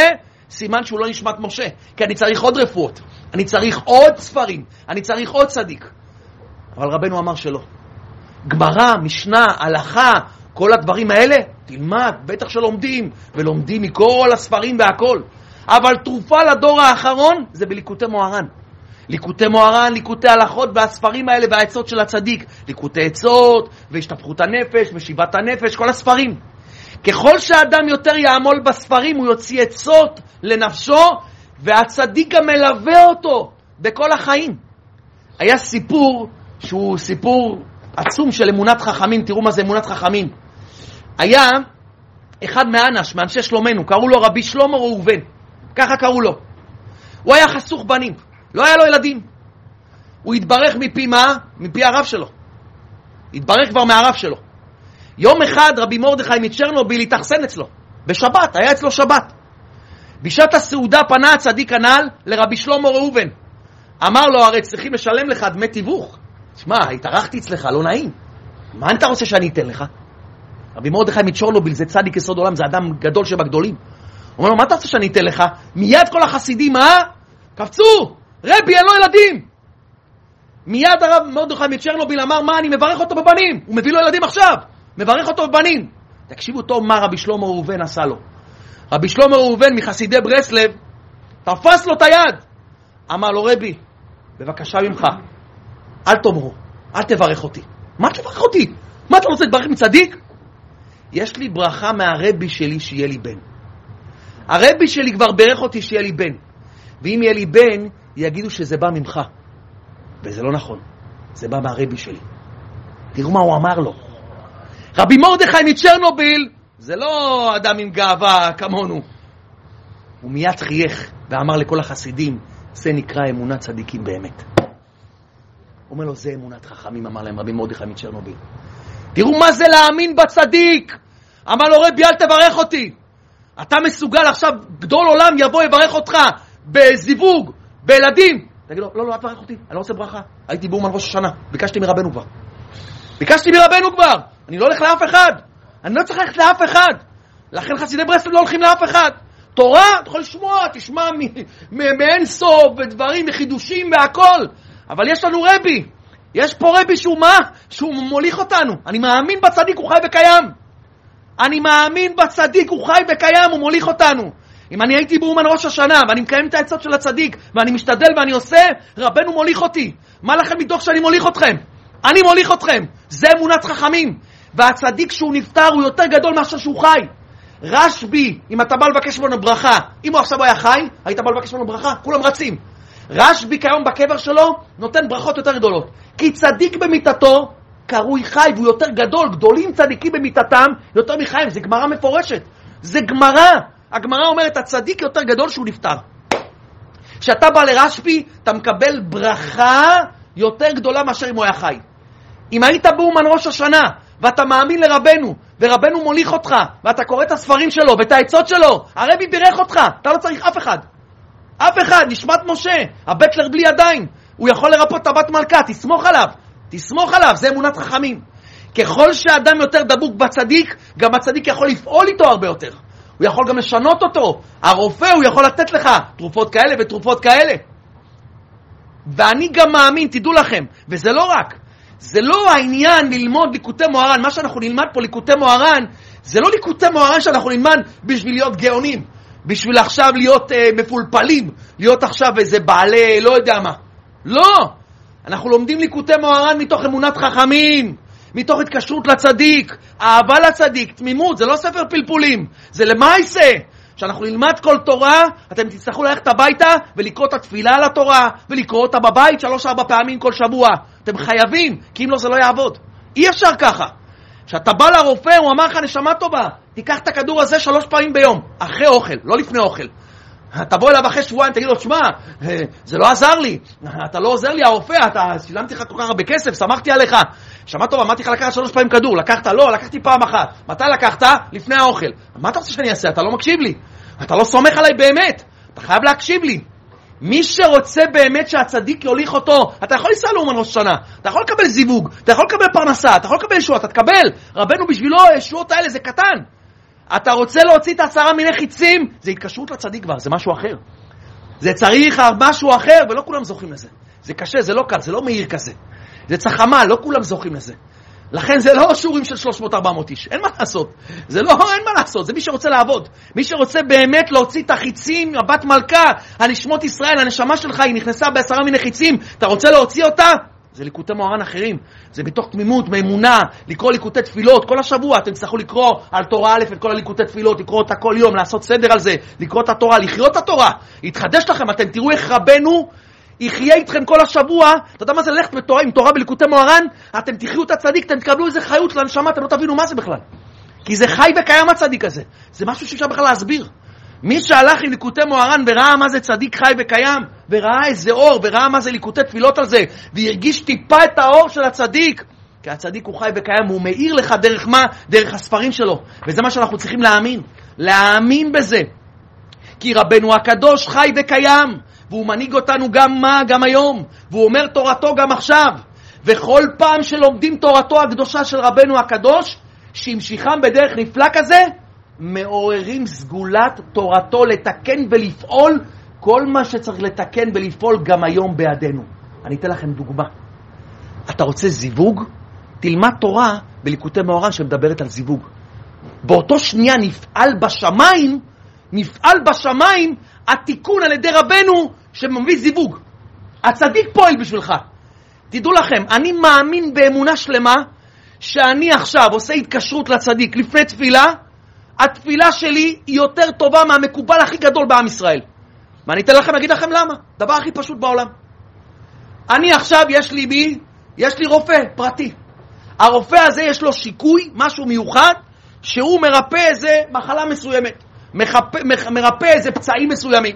סימן שהוא לא נשמת משה, כי אני צריך עוד רפואות, אני צריך עוד ספרים, אני צריך עוד צדיק. אבל רבנו אמר שלא. גמרא, משנה, הלכה, כל הדברים האלה, תלמד, בטח שלומדים, ולומדים מכל הספרים והכל. אבל תרופה לדור האחרון זה בליקוטי מוהר"ן. ליקוטי מוהר"ן, ליקוטי הלכות והספרים האלה והעצות של הצדיק. ליקוטי עצות, והשתפכות הנפש, ושיבת הנפש, כל הספרים. ככל שהאדם יותר יעמול בספרים, הוא יוציא עצות לנפשו, והצדיק גם מלווה אותו בכל החיים. היה סיפור שהוא סיפור עצום של אמונת חכמים. תראו מה זה אמונת חכמים. היה אחד מאנש, מאנשי שלומנו, קראו לו רבי שלמה ראובן. ככה קראו לו. הוא היה חסוך בנים, לא היה לו ילדים. הוא התברך מפי מה? מפי הרב שלו. התברך כבר מהרב שלו. יום אחד רבי מרדכי מצ'רנוביל התאכסן אצלו, בשבת, היה אצלו שבת. בשעת הסעודה פנה הצדיק הנ"ל לרבי שלמה ראובן. אמר לו, הרי צריכים לשלם לך דמי תיווך. תשמע, התארחתי אצלך, לא נעים. מה אתה רוצה שאני אתן לך? רבי מרדכי מצ'רנוביל זה צדיק יסוד עולם, זה אדם גדול שבגדולים. הוא אומר לו, מה אתה רוצה שאני אתן לך? מיד כל החסידים, מה? קפצו, רבי, אין לו ילדים. מיד הרב מרדכי מצ'רנוביל אמר, מה, אני מברך אותו בבנים. הוא מביא לו ילדים עכשיו, מברך אותו בבנים. תקשיבו טוב מה רבי שלמה ראובן עשה לו. רבי שלמה ראובן מחסידי ברסלב, תפס לו את היד. אמר לו, רבי, בבקשה ממך, אל תאמרו, אל תברך אותי. מה תברך אותי? מה אתה רוצה לברך מצדיק? יש לי ברכה מהרבי שלי שיהיה לי בן. הרבי שלי כבר ברך אותי שיהיה לי בן. ואם יהיה לי בן, יגידו שזה בא ממך. וזה לא נכון. זה בא מהרבי שלי. תראו מה הוא אמר לו. רבי מרדכי מצ'רנוביל, זה לא אדם עם גאווה כמונו. הוא מיד חייך ואמר לכל החסידים, זה נקרא אמונת צדיקים באמת. הוא אומר לו, זה אמונת חכמים, אמר להם רבי מרדכי מצ'רנוביל. תראו מה זה להאמין בצדיק. אמר לו, רבי, אל תברך אותי. אתה מסוגל עכשיו, גדול עולם יבוא יברך אותך בזיווג, בילדים. תגיד לו, לא, לא, אל תברך אותי, אני לא רוצה ברכה. הייתי באומן ראש השנה, ביקשתי מרבנו כבר. ביקשתי מרבנו כבר. אני לא הולך לאף אחד. אני לא צריך ללכת לאף אחד. לכן חסידי ברסלב לא הולכים לאף אחד. תורה, אתה יכול לשמוע, תשמע מאין סוף ודברים, מחידושים והכל. אבל יש לנו רבי. יש פה רבי שהוא מה? שהוא מוליך אותנו. אני מאמין בצדיק, הוא חי וקיים. אני מאמין בצדיק, הוא חי וקיים, הוא מוליך אותנו. אם אני הייתי באומן ראש השנה, ואני מקיים את העצות של הצדיק, ואני משתדל ואני עושה, רבנו מוליך אותי. מה לכם לדאוג שאני מוליך אתכם? אני מוליך אתכם. זה אמונת חכמים. והצדיק שהוא נפטר הוא יותר גדול מאשר שהוא חי. רשב"י, אם אתה בא לבקש ממנו ברכה, אם הוא עכשיו היה חי, היית בא לבקש ממנו ברכה, כולם רצים. רשב"י כיום בקבר שלו נותן ברכות יותר גדולות. כי צדיק במיטתו קרוי חי, והוא יותר גדול. גדולים צדיקים במיטתם יותר מחיים. זה גמרא מפורשת. זה גמרא. הגמרא אומרת, הצדיק יותר גדול שהוא נפטר. כשאתה בא לרשב"י, אתה מקבל ברכה יותר גדולה מאשר אם הוא היה חי. אם היית באומן ראש השנה, ואתה מאמין לרבנו, ורבנו מוליך אותך, ואתה קורא את הספרים שלו, ואת העצות שלו, הרבי בירך אותך, אתה לא צריך אף אחד. אף אחד, נשמת משה, הבטלר בלי ידיים, הוא יכול לרפות את הבת מלכה, תסמוך עליו, תסמוך עליו, זה אמונת חכמים. ככל שאדם יותר דבוק בצדיק, גם הצדיק יכול לפעול איתו הרבה יותר. הוא יכול גם לשנות אותו. הרופא הוא יכול לתת לך תרופות כאלה ותרופות כאלה. ואני גם מאמין, תדעו לכם, וזה לא רק, זה לא העניין ללמוד ליקוטי מוהר"ן. מה שאנחנו נלמד פה ליקוטי מוהר"ן, זה לא ליקוטי מוהר"ן שאנחנו נלמד בשביל להיות גאונים, בשביל עכשיו להיות אה, מפולפלים, להיות עכשיו איזה בעלי, לא יודע מה. לא! אנחנו לומדים ליקוטי מוהר"ן מתוך אמונת חכמים, מתוך התקשרות לצדיק, אהבה לצדיק, תמימות. זה לא ספר פלפולים, זה למעשה. כשאנחנו נלמד כל תורה, אתם תצטרכו ללכת הביתה ולקרוא את התפילה על התורה, ולקרוא אותה בבית שלוש ארבע פעמים כל שבוע. אתם חייבים, כי אם לא זה לא יעבוד. אי אפשר ככה. כשאתה בא לרופא, הוא אמר לך, נשמה טובה, תיקח את הכדור הזה שלוש פעמים ביום, אחרי אוכל, לא לפני אוכל. תבוא אליו אחרי שבועיים, תגיד לו, תשמע, זה לא עזר לי, אתה לא עוזר לי הרופא, אתה שילמתי לך כל כך הרבה כסף, שמחתי עליך. שמע טוב, אמרתי לך לקחת שלוש פעמים כדור, לקחת? לא, לקחתי פעם אחת. מתי לקחת? לפני האוכל. מה אתה רוצה שאני אעשה? אתה לא מקשיב לי. אתה לא סומך עליי באמת. אתה חייב להקשיב לי. מי שרוצה באמת שהצדיק יוליך אותו, אתה יכול לנסוע לאומן ראש השנה, אתה יכול לקבל זיווג, אתה יכול לקבל פרנסה, אתה יכול לקבל ישועות, אתה תקבל. רבנו בשבילו הישועות האלה זה קטן. אתה רוצה להוציא את עשרה מיני חיצים, זה התקשרות לצדיק כבר, זה משהו אחר. זה צריך משהו אחר, ולא כולם זוכים לזה. זה קשה, זה לא קל, זה לא מהיר כזה. זה צריך עמל, לא כולם זוכים לזה. לכן זה לא שיעורים של שלוש מאות ארבע מאות איש, אין מה לעשות. זה לא, אין מה לעשות, זה מי שרוצה לעבוד. מי שרוצה באמת להוציא את החיצים, הבת מלכה, הנשמות ישראל, הנשמה שלך, היא נכנסה בעשרה מיני חיצים, אתה רוצה להוציא אותה? זה ליקוטי מוהר"ן אחרים, זה מתוך תמימות, מאמונה, לקרוא ליקוטי תפילות, כל השבוע אתם צריכו לקרוא על תורה א' את כל הליקוטי תפילות, לקרוא אותה כל יום, לעשות סדר על זה, לקרוא את התורה, לחיות את התורה, יתחדש לכם, אתם תראו איך רבנו יחיה איתכם כל השבוע. אתה יודע מה זה ללכת בתורה, עם תורה בליקוטי מוהר"ן? אתם תחיו את הצדיק, אתם תקבלו איזה חיות לנשמה, אתם לא תבינו מה זה בכלל, כי זה חי וקיים הצדיק הזה, זה משהו שאפשר בכלל להסביר. מי שהלך עם ליקוטי מוהר"ן וראה מה זה צדיק חי וקיים, וראה איזה אור, וראה מה זה ליקוטי תפילות על זה, והרגיש טיפה את האור של הצדיק, כי הצדיק הוא חי וקיים, הוא מאיר לך דרך מה? דרך הספרים שלו. וזה מה שאנחנו צריכים להאמין, להאמין בזה. כי רבנו הקדוש חי וקיים, והוא מנהיג אותנו גם מה? גם היום. והוא אומר תורתו גם עכשיו. וכל פעם שלומדים תורתו הקדושה של רבנו הקדוש, שהמשיכם בדרך נפלא כזה, מעוררים סגולת תורתו לתקן ולפעול כל מה שצריך לתקן ולפעול גם היום בידינו. אני אתן לכם דוגמה. אתה רוצה זיווג? תלמד תורה בליקוטי מוהר"ן שמדברת על זיווג. באותו שנייה נפעל בשמיים, נפעל בשמיים התיקון על ידי רבנו שמביא זיווג. הצדיק פועל בשבילך. תדעו לכם, אני מאמין באמונה שלמה שאני עכשיו עושה התקשרות לצדיק לפני תפילה, התפילה שלי היא יותר טובה מהמקובל הכי גדול בעם ישראל. ואני אתן לכם, אגיד לכם למה. דבר הכי פשוט בעולם. אני עכשיו, יש לי בי, יש לי רופא פרטי. הרופא הזה יש לו שיקוי, משהו מיוחד, שהוא מרפא איזה מחלה מסוימת. מחפ... מרפא איזה פצעים מסוימים.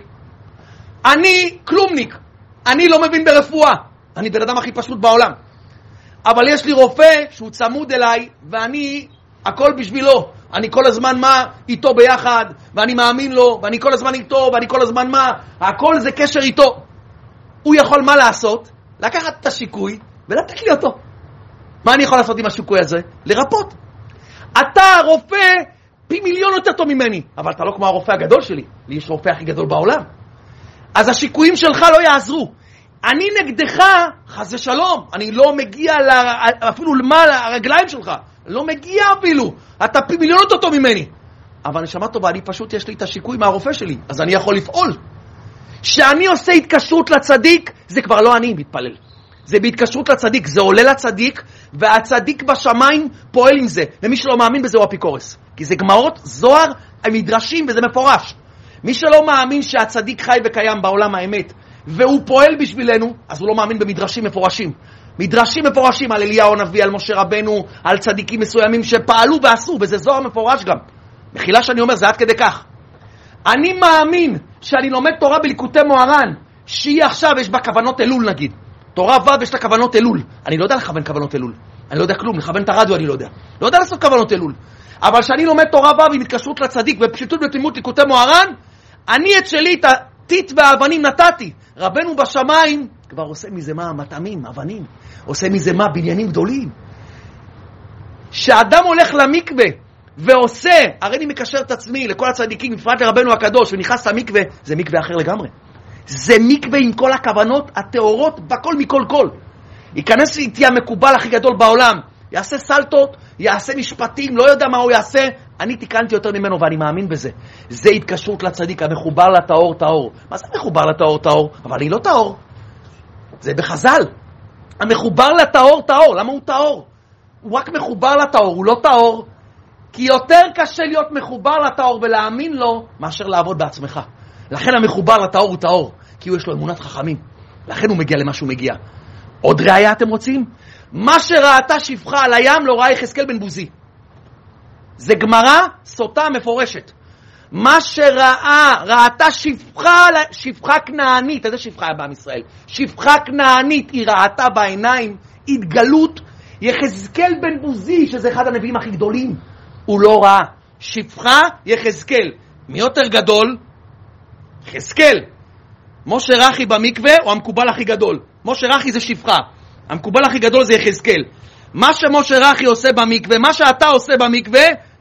אני כלומניק. אני לא מבין ברפואה. אני בן אדם הכי פשוט בעולם. אבל יש לי רופא שהוא צמוד אליי, ואני, הכל בשבילו. אני כל הזמן מה? איתו ביחד, ואני מאמין לו, ואני כל הזמן איתו, ואני כל הזמן מה? הכל זה קשר איתו. הוא יכול מה לעשות? לקחת את השיקוי ולתת לי אותו. מה אני יכול לעשות עם השיקוי הזה? לרפות. אתה רופא פי מיליון יותר טוב ממני, אבל אתה לא כמו הרופא הגדול שלי. לי יש רופא הכי גדול בעולם. אז השיקויים שלך לא יעזרו. אני נגדך, חס ושלום, אני לא מגיע לה, אפילו למעלה הרגליים שלך. לא מגיע אפילו. אתה פי מיליון יותר טוב ממני. אבל נשמה טובה, אני פשוט יש לי את השיקוי מהרופא שלי, אז אני יכול לפעול. שאני עושה התקשרות לצדיק, זה כבר לא אני מתפלל. זה בהתקשרות לצדיק, זה עולה לצדיק, והצדיק בשמיים פועל עם זה. ומי שלא מאמין בזה הוא אפיקורס. כי זה גמרות, זוהר, המדרשים, וזה מפורש. מי שלא מאמין שהצדיק חי וקיים בעולם האמת, והוא פועל בשבילנו, אז הוא לא מאמין במדרשים מפורשים. מדרשים מפורשים על אליהו הנביא, על משה רבנו, על צדיקים מסוימים שפעלו ועשו, וזה זוהר מפורש גם. מחילה שאני אומר, זה עד כדי כך. אני מאמין שאני לומד תורה בליקוטי מוהר"ן, שהיא עכשיו יש בה כוונות אלול נגיד. תורה ו' יש לה כוונות אלול. אני לא יודע לכוון כוונות אלול. אני לא יודע כלום, לכוון את הרדיו אני לא יודע. לא יודע לעשות כוונות אלול. אבל שאני לומד תורה ו' עם התקשרות לצדיק ופשיטות ותמימות ליקוטי מוהר"ן, אני את שלי, את הטיט והאבנים נתתי. רבנו בשמיים כבר עושה מזה מה? מטעמים, אבנים. עושה מזה מה? בניינים גדולים. שאדם הולך למקווה ועושה, הרי אני מקשר את עצמי לכל הצדיקים, בפרט לרבנו הקדוש, ונכנס למקווה, זה מקווה אחר לגמרי. זה מקווה עם כל הכוונות התיאורות בכל מכל כל. ייכנס איתי המקובל הכי גדול בעולם, יעשה סלטות, יעשה משפטים, לא יודע מה הוא יעשה, אני תיקנתי יותר ממנו ואני מאמין בזה. זה התקשרות לצדיק, המחובר לטהור טהור. מה זה מחובר לטהור טהור? אבל אני לא טהור. זה בחז"ל. המחובר לטהור טהור, למה הוא טהור? הוא רק מחובר לטהור, הוא לא טהור. כי יותר קשה להיות מחובר לטהור ולהאמין לו, מאשר לעבוד בעצמך. לכן המחובר לטהור הוא טהור, כי הוא יש לו אמונת חכמים. לכן הוא מגיע למה שהוא מגיע. עוד ראיה אתם רוצים? מה שראתה שפחה על הים לא ראה יחזקאל בן בוזי. זה גמרא סוטה מפורשת. מה שראה, ראתה שפחה, שפחה כנענית, איזה שפחה היה בעם ישראל? שפחה כנענית, היא ראתה בעיניים, התגלות, יחזקאל בן בוזי, שזה אחד הנביאים הכי גדולים, הוא לא ראה. שפחה יחזקאל. מי יותר גדול? יחזקאל. משה רחי במקווה הוא המקובל הכי גדול. משה רחי זה שפחה. המקובל הכי גדול זה יחזקאל. מה שמשה רחי עושה במקווה, מה שאתה עושה במקווה,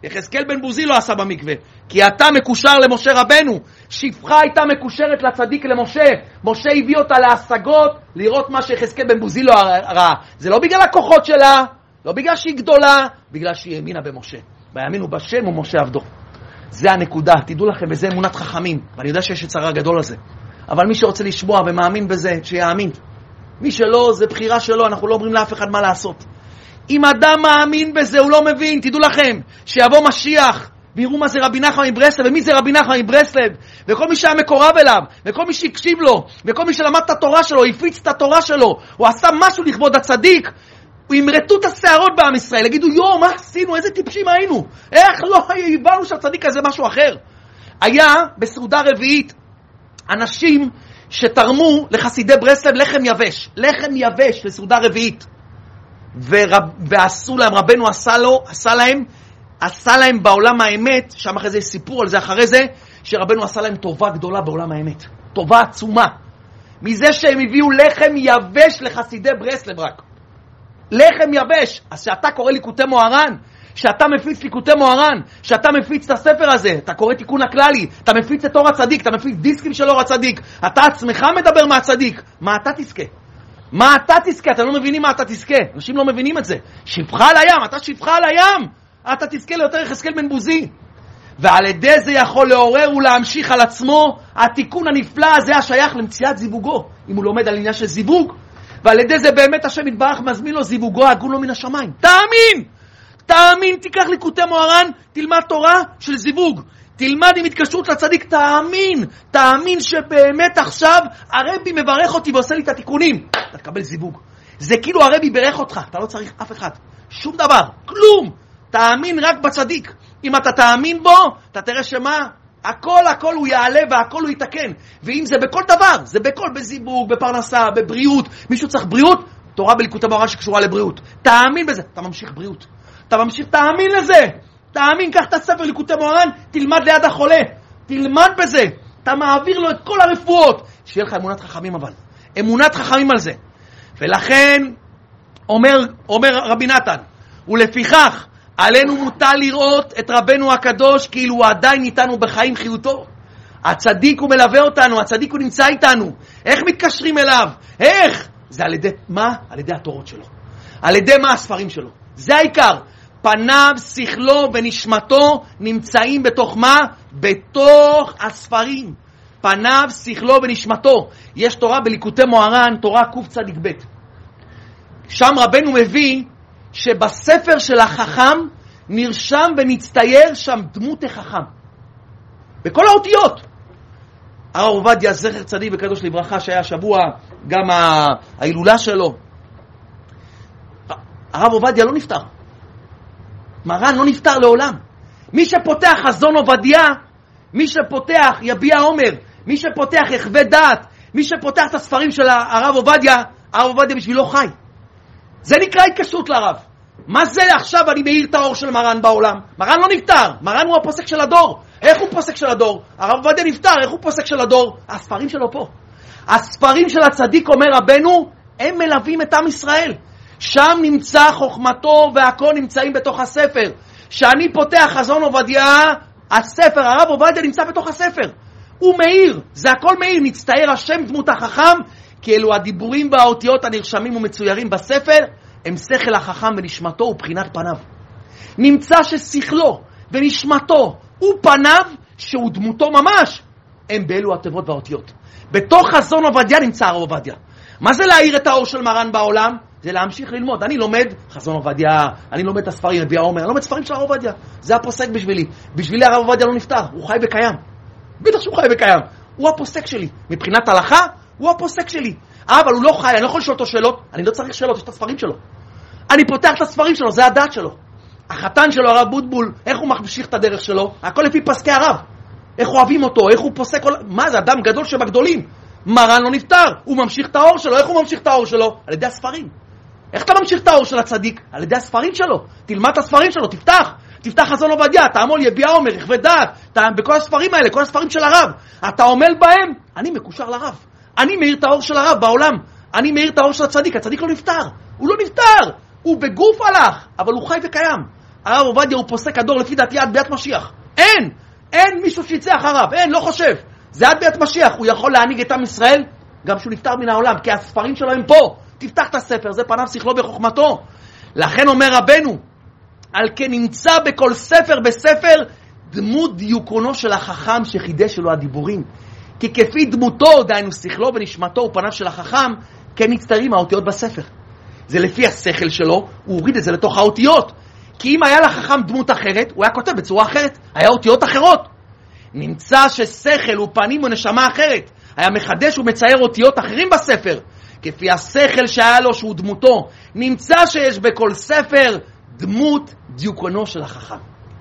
יחזקאל בן בוזי לא עשה במקווה, כי אתה מקושר למשה רבנו. שפחה הייתה מקושרת לצדיק למשה, משה הביא אותה להשגות, לראות מה שיחזקאל בן בוזי לא ראה. זה לא בגלל הכוחות שלה, לא בגלל שהיא גדולה, בגלל שהיא האמינה במשה. ויאמינו בשם ומשה עבדו. זה הנקודה, תדעו לכם, וזה אמונת חכמים, ואני יודע שיש צרה גדול לזה. אבל מי שרוצה לשמוע ומאמין בזה, שיאמין. מי שלא, זה בחירה שלו, אנחנו לא אומרים לאף אחד מה לעשות. אם אדם מאמין בזה, הוא לא מבין, תדעו לכם, שיבוא משיח, ויראו מה זה רבי נחמן מברסלב, ומי זה רבי נחמן מברסלב, וכל מי שהיה מקורב אליו, וכל מי שהקשיב לו, וכל מי שלמד את התורה שלו, הפיץ את התורה שלו, הוא עשה משהו לכבוד הצדיק, ימרטו את השערות בעם ישראל, יגידו, יו, מה עשינו, איזה טיפשים היינו, איך לא הבנו שהצדיק הזה משהו אחר. היה בסעודה רביעית אנשים שתרמו לחסידי ברסלב לחם יבש, לחם יבש לסעודה רביעית, ורב, ועשו להם, רבנו עשה לו, עשה להם, עשה להם בעולם האמת, שם אחרי זה יש סיפור על זה אחרי זה, שרבנו עשה להם טובה גדולה בעולם האמת, טובה עצומה, מזה שהם הביאו לחם יבש לחסידי ברסלב רק. לחם יבש. אז שאתה קורא ליקוטי מוהר"ן, שאתה מפיץ ליקוטי מוהר"ן, שאתה מפיץ את הספר הזה, אתה קורא תיקון הכללי, אתה מפיץ את אור הצדיק, אתה מפיץ דיסקים של אור הצדיק, אתה עצמך מדבר מהצדיק, מה אתה תזכה? מה אתה תזכה? אתם לא מבינים מה אתה תזכה. אנשים לא מבינים את זה. שפחה על הים, אתה שפחה על הים, אתה תזכה ליותר יחזקאל בן בוזי. ועל ידי זה יכול לעורר ולהמשיך על עצמו התיקון הנפלא הזה השייך למציאת זיווגו, אם הוא לומד על עניין של זיווג. ועל ידי זה באמת השם יתברך מזמין לו זיווגו הגון לו מן השמיים. תאמין! תאמין, תיקח ליקוטי מוהר"ן, תלמד תורה של זיווג. תלמד עם התקשרות לצדיק, תאמין. תאמין שבאמת עכשיו הרבי מברך אותי ועושה לי את התיקונים. אתה תקבל זיווג. זה כאילו הרבי ברך אותך, אתה לא צריך אף אחד. שום דבר, כלום. תאמין רק בצדיק. אם אתה תאמין בו, אתה תראה שמה? הכל הכל הוא יעלה והכל הוא יתקן. ואם זה בכל דבר, זה בכל, בזיווג, בפרנסה, בבריאות. מישהו צריך בריאות? תורה בליקוטי מוהר"ן שקשורה לבריאות. תאמין בזה, אתה ממשיך בריאות. אתה ממשיך, תאמין לזה. תאמין, קח את הספר ליקוטי מוהר"ן, תלמד ליד החולה. תלמד בזה. אתה מעביר לו את כל הרפואות. שיהיה לך אמונת חכמים אבל. אמונת חכמים על זה. ולכן, אומר, אומר רבי נתן, ולפיכך, עלינו מוטל לראות את רבנו הקדוש כאילו הוא עדיין איתנו בחיים חיותו. הצדיק הוא מלווה אותנו, הצדיק הוא נמצא איתנו. איך מתקשרים אליו? איך? זה על ידי מה? על ידי התורות שלו. על ידי מה? הספרים שלו. זה העיקר. פניו, שכלו ונשמתו נמצאים בתוך מה? בתוך הספרים. פניו, שכלו ונשמתו. יש תורה בליקוטי מוהר"ן, תורה קצ"ב. שם רבנו מביא שבספר של החכם נרשם ונצטייר שם דמות החכם. בכל האותיות. הרב עובדיה, זכר צדיק וקדוש לברכה, שהיה שבוע גם ההילולה שלו. הרב עובדיה לא נפטר. מרן לא נפטר לעולם. מי שפותח חזון עובדיה, מי שפותח יביע עומר, מי שפותח יחווה דעת, מי שפותח את הספרים של הרב עובדיה, הרב עובדיה בשבילו חי. זה נקרא התקשרות לרב. מה זה עכשיו אני מאיר את האור של מרן בעולם? מרן לא נפטר, מרן הוא הפוסק של הדור. איך הוא פוסק של הדור? הרב עובדיה נפטר, איך הוא פוסק של הדור? הספרים שלו פה. הספרים של הצדיק, אומר רבנו, הם מלווים את עם ישראל. שם נמצא חוכמתו והכל נמצאים בתוך הספר. שאני פותח חזון עובדיה, הספר, הרב עובדיה נמצא בתוך הספר. הוא מאיר, זה הכל מאיר, מצטייר השם דמות החכם, כי אלו הדיבורים והאותיות הנרשמים ומצוירים בספר, הם שכל החכם ונשמתו ובחינת פניו. נמצא ששכלו ונשמתו ופניו, שהוא דמותו ממש, הם באלו התיבות והאותיות. בתוך חזון עובדיה נמצא הרב עובדיה. מה זה להאיר את האור של מרן בעולם? זה להמשיך ללמוד. אני לומד חזון עובדיה, אני לומד את הספרים, יביע עומר, אני לומד ספרים של הרב עובדיה. זה הפוסק בשבילי. בשבילי הרב עובדיה לא נפטר, הוא חי וקיים. בטח שהוא חי וקיים. הוא הפוסק שלי. מבחינת הלכה, הוא הפוסק שלי. אבל הוא לא חי, אני לא יכול לשאול אותו שאלות, אני לא צריך שאלות, יש את הספרים שלו. אני פותח את הספרים שלו, זה הדעת שלו. החתן שלו, הרב בוטבול, איך הוא ממשיך את הדרך שלו? הכל לפי פסקי הרב. איך אוהבים אותו, איך הוא פוסק, מה זה, אדם גדול שבגדולים. מרן לא נפטר, הוא ממשיך את האור שלו. איך הוא ממשיך את האור שלו? על ידי הספרים. איך אתה ממשיך את האור של הצדיק? על ידי הספרים שלו. תלמד את הספרים שלו, תפתח. תפתח חזון עובדיה, תעמול יביע עומר, יחווה דעת, בכל הספרים האלה, כל הספרים של הרב. אתה עומל בהם, אני מקושר לרב. אני מאיר את האור של הרב בעולם. אני מאיר את האור של הצדיק. הצדיק לא נפטר. הוא לא נפטר. הוא בגוף הלך, אבל הוא חי וקיים. הרב עובדיה הוא פוסק הדור לפי דעתי עד ביאת משיח. אין, אין מישהו שיצא אחריו, אין, לא חושב. זה עד ביאת משיח, הוא יכול להנהיג את עם ישראל, גם שהוא נפטר מן העולם, כי הספרים שלו הם פה. תפתח את הספר, זה פניו שכלו בחוכמתו. לכן אומר רבנו, על כן נמצא בכל ספר בספר דמות דיוקונו של החכם שחידש לו הדיבורים. כי כפי דמותו, דהיינו שכלו ונשמתו ופניו של החכם, כן מצטיירים האותיות בספר. זה לפי השכל שלו, הוא הוריד את זה לתוך האותיות. כי אם היה לחכם דמות אחרת, הוא היה כותב בצורה אחרת, היה אותיות אחרות. נמצא ששכל ופנים ונשמה אחרת, היה מחדש ומצייר אותיות אחרים בספר. כפי השכל שהיה לו שהוא דמותו, נמצא שיש בכל ספר דמות דיוקונו של החכם.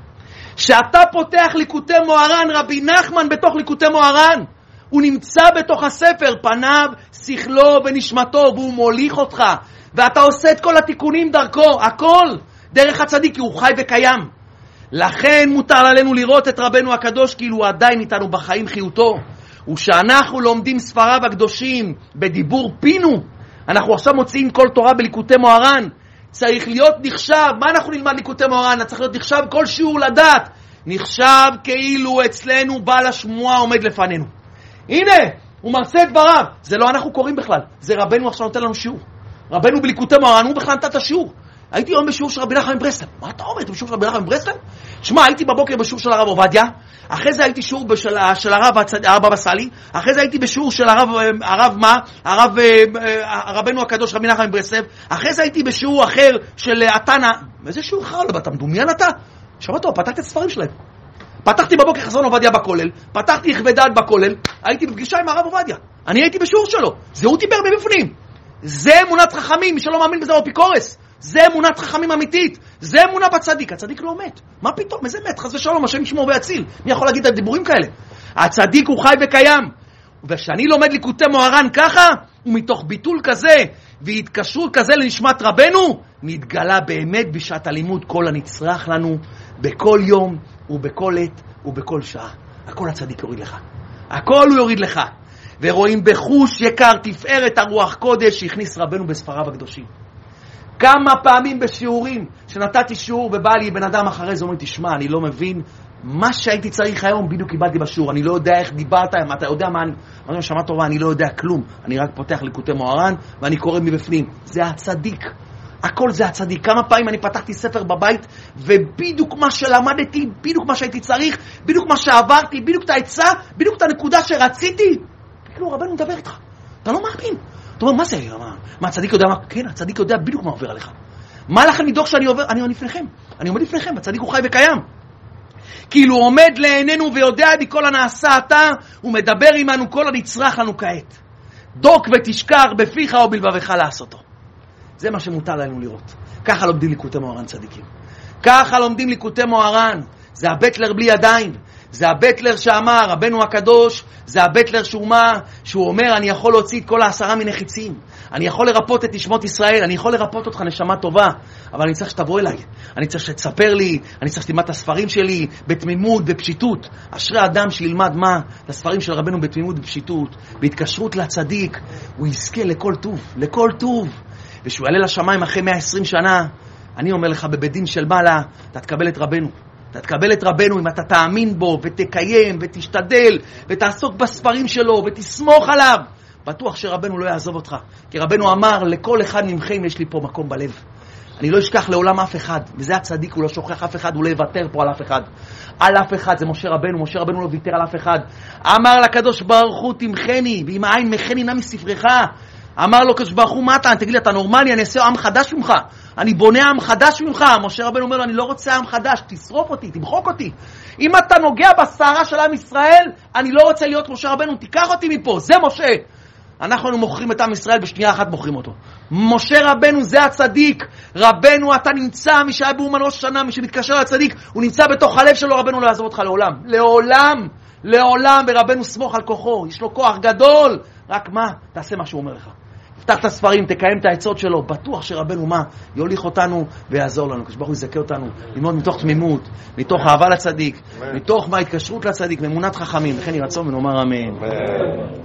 שאתה פותח ליקוטי מוהר"ן, רבי נחמן בתוך ליקוטי מוהר"ן, הוא נמצא בתוך הספר, פניו, שכלו ונשמתו, והוא מוליך אותך, ואתה עושה את כל התיקונים דרכו, הכל דרך הצדיק, כי הוא חי וקיים. לכן מותר עלינו לראות את רבנו הקדוש כאילו הוא עדיין איתנו בחיים חיותו. ושאנחנו לומדים ספריו הקדושים בדיבור פינו, אנחנו עכשיו מוציאים כל תורה בליקוטי מוהר"ן, צריך להיות נחשב. מה אנחנו נלמד ליקוטי מוהר"ן? צריך להיות נחשב כל שיעור לדעת, נחשב כאילו אצלנו בעל השמועה עומד לפנינו. הנה, הוא מרצה את דבריו. זה לא אנחנו קוראים בכלל, זה רבנו עכשיו נותן לנו שיעור. רבנו בליקוטי מוהר"ן, הוא בכלל נתן את השיעור. הייתי היום בשיעור של רבי נחמן מברסלב. מה אתה אומר? הייתי בשיעור של רבי נחמן מברסלב? שמע, הייתי בבוקר בשיעור של הרב עובדיה, אחרי זה הייתי שיעור של, של הרב, הרב בבא סאלי, אחרי זה הייתי בשיעור של הרב, הרב מה? הרב, רבנו הקדוש רבי נחמן מברסלב, אחרי זה הייתי בשיעור אחר של התנא. איזה שיעור אחר? אתה מדומיין אתה? שמעת, פתחתי את הספרים שלהם. פתחתי בבוקר חזון עובדיה בכולל, פתחתי יחווה דעת בכולל, הייתי בפגישה עם הרב עובדיה. אני הייתי בשיעור שלו. זה הוא דיבר מבפנים. זה אמונת חכמים, מי שלא מאמין בזה הוא אפיקורס. זה אמונת חכמים אמיתית, זה אמונה בצדיק. הצדיק לא מת. מה פתאום? איזה מת? חס ושלום, השם ישמור ויציל. מי יכול להגיד את הדיבורים כאלה? הצדיק הוא חי וקיים. וכשאני לומד ליקוטי מוהר"ן ככה, ומתוך ביטול כזה והתקשרות כזה לנשמת רבנו, מתגלה באמת בשעת הלימוד כל הנצרך לנו, בכל יום ובכל עת ובכל שעה. הכל הצדיק יוריד לך. הכל הוא יוריד לך. ורואים בחוש יקר תפארת הרוח קודש שהכניס רבנו בספריו הקדושים. כמה פעמים בשיעורים שנתתי שיעור ובא לי בן אדם אחרי זה אומר, תשמע, אני לא מבין מה שהייתי צריך היום, בדיוק קיבלתי בשיעור, אני לא יודע איך דיברת, מה אתה יודע מה אני, אני שמע טובה, אני לא יודע כלום, אני רק פותח ליקוטי מוהר"ן ואני קורא מבפנים. זה הצדיק, הכל זה הצדיק. כמה פעמים אני פתחתי ספר בבית ובדיוק מה שלמדתי, בדיוק מה שהייתי צריך, בדיוק מה שעברתי, בדיוק את העצה, בדיוק את הנקודה שרציתי, כאילו רבנו מדבר איתך, אתה לא מאמין. אתה אומר, מה זה? מה, מה הצדיק יודע מה? כן, הצדיק יודע בדיוק מה עובר עליך. מה לכם לדאוג שאני עובר? אני עומד לפניכם. אני עומד לפניכם, הצדיק הוא חי וקיים. כאילו הוא עומד לעינינו ויודע מכל הנעשה אתה, הוא מדבר עמנו כל הנצרך לנו כעת. דוק ותשכח בפיך או בלבבך לעשותו. זה מה שמותר לנו לראות. ככה לומדים ליקוטי מוהר"ן צדיקים. ככה לומדים ליקוטי מוהר"ן. זה הבטלר בלי ידיים. זה הבטלר שאמר, רבנו הקדוש, זה הבטלר שהוא מה? שהוא אומר, אני יכול להוציא את כל העשרה מיני חיצים. אני יכול לרפות את נשמות ישראל, אני יכול לרפות אותך נשמה טובה, אבל אני צריך שתבוא אליי. אני צריך שתספר לי, אני צריך שתלמד את הספרים שלי בתמימות, בפשיטות. אשרי אדם שילמד מה? את הספרים של רבנו בתמימות, בפשיטות, בהתקשרות לצדיק, הוא יזכה לכל טוב, לכל טוב. ושהוא יעלה לשמיים אחרי מאה ועשרים שנה, אני אומר לך, בבית דין של מעלה, אתה תקבל את רבנו. אתה תקבל את רבנו אם אתה תאמין בו ותקיים ותשתדל ותעסוק בספרים שלו ותסמוך עליו. בטוח שרבנו לא יעזוב אותך, כי רבנו אמר לכל אחד ממכם יש לי פה מקום בלב. אני לא אשכח לעולם אף אחד, וזה הצדיק, הוא לא שוכח אף אחד, הוא לא יוותר פה על אף אחד. על אף אחד, זה משה רבנו, משה רבנו לא ויתר על אף אחד. אמר לקדוש ברוך הוא תמחני, ועם העין מחני נא מספרך. אמר לו קדוש ברוך הוא, מה אתה? תגיד לי, אתה נורמלי? אני אעשה עם חדש ממך, אני בונה עם חדש ממך. משה רבנו אומר לו, אני לא רוצה עם חדש, תשרוף אותי, תמחוק אותי. אם אתה נוגע בשערה של עם ישראל, אני לא רוצה להיות משה רבנו, תיקח אותי מפה. זה משה. אנחנו מוכרים את עם ישראל, בשנייה אחת מוכרים אותו. משה רבנו זה הצדיק. רבנו, אתה נמצא, מי שהיה באומן ראש שנה, מי שמתקשר לצדיק, הוא נמצא בתוך הלב שלו. רבנו לא יעזוב אותך לעולם, לעולם, לעולם. ורבנו סמוך על כוחו, יש לו כוח גדול. רק מה? תעשה מה שהוא אומר לך. תפתח את הספרים, תקיים את העצות שלו. בטוח שרבנו מה? יוליך אותנו ויעזור לנו. כשברוך הוא יזכה אותנו ללמוד מתוך תמימות, מתוך אהבה לצדיק, מתוך מה? התקשרות לצדיק, מאמונת חכמים. לכן ירצון ונאמר אמן.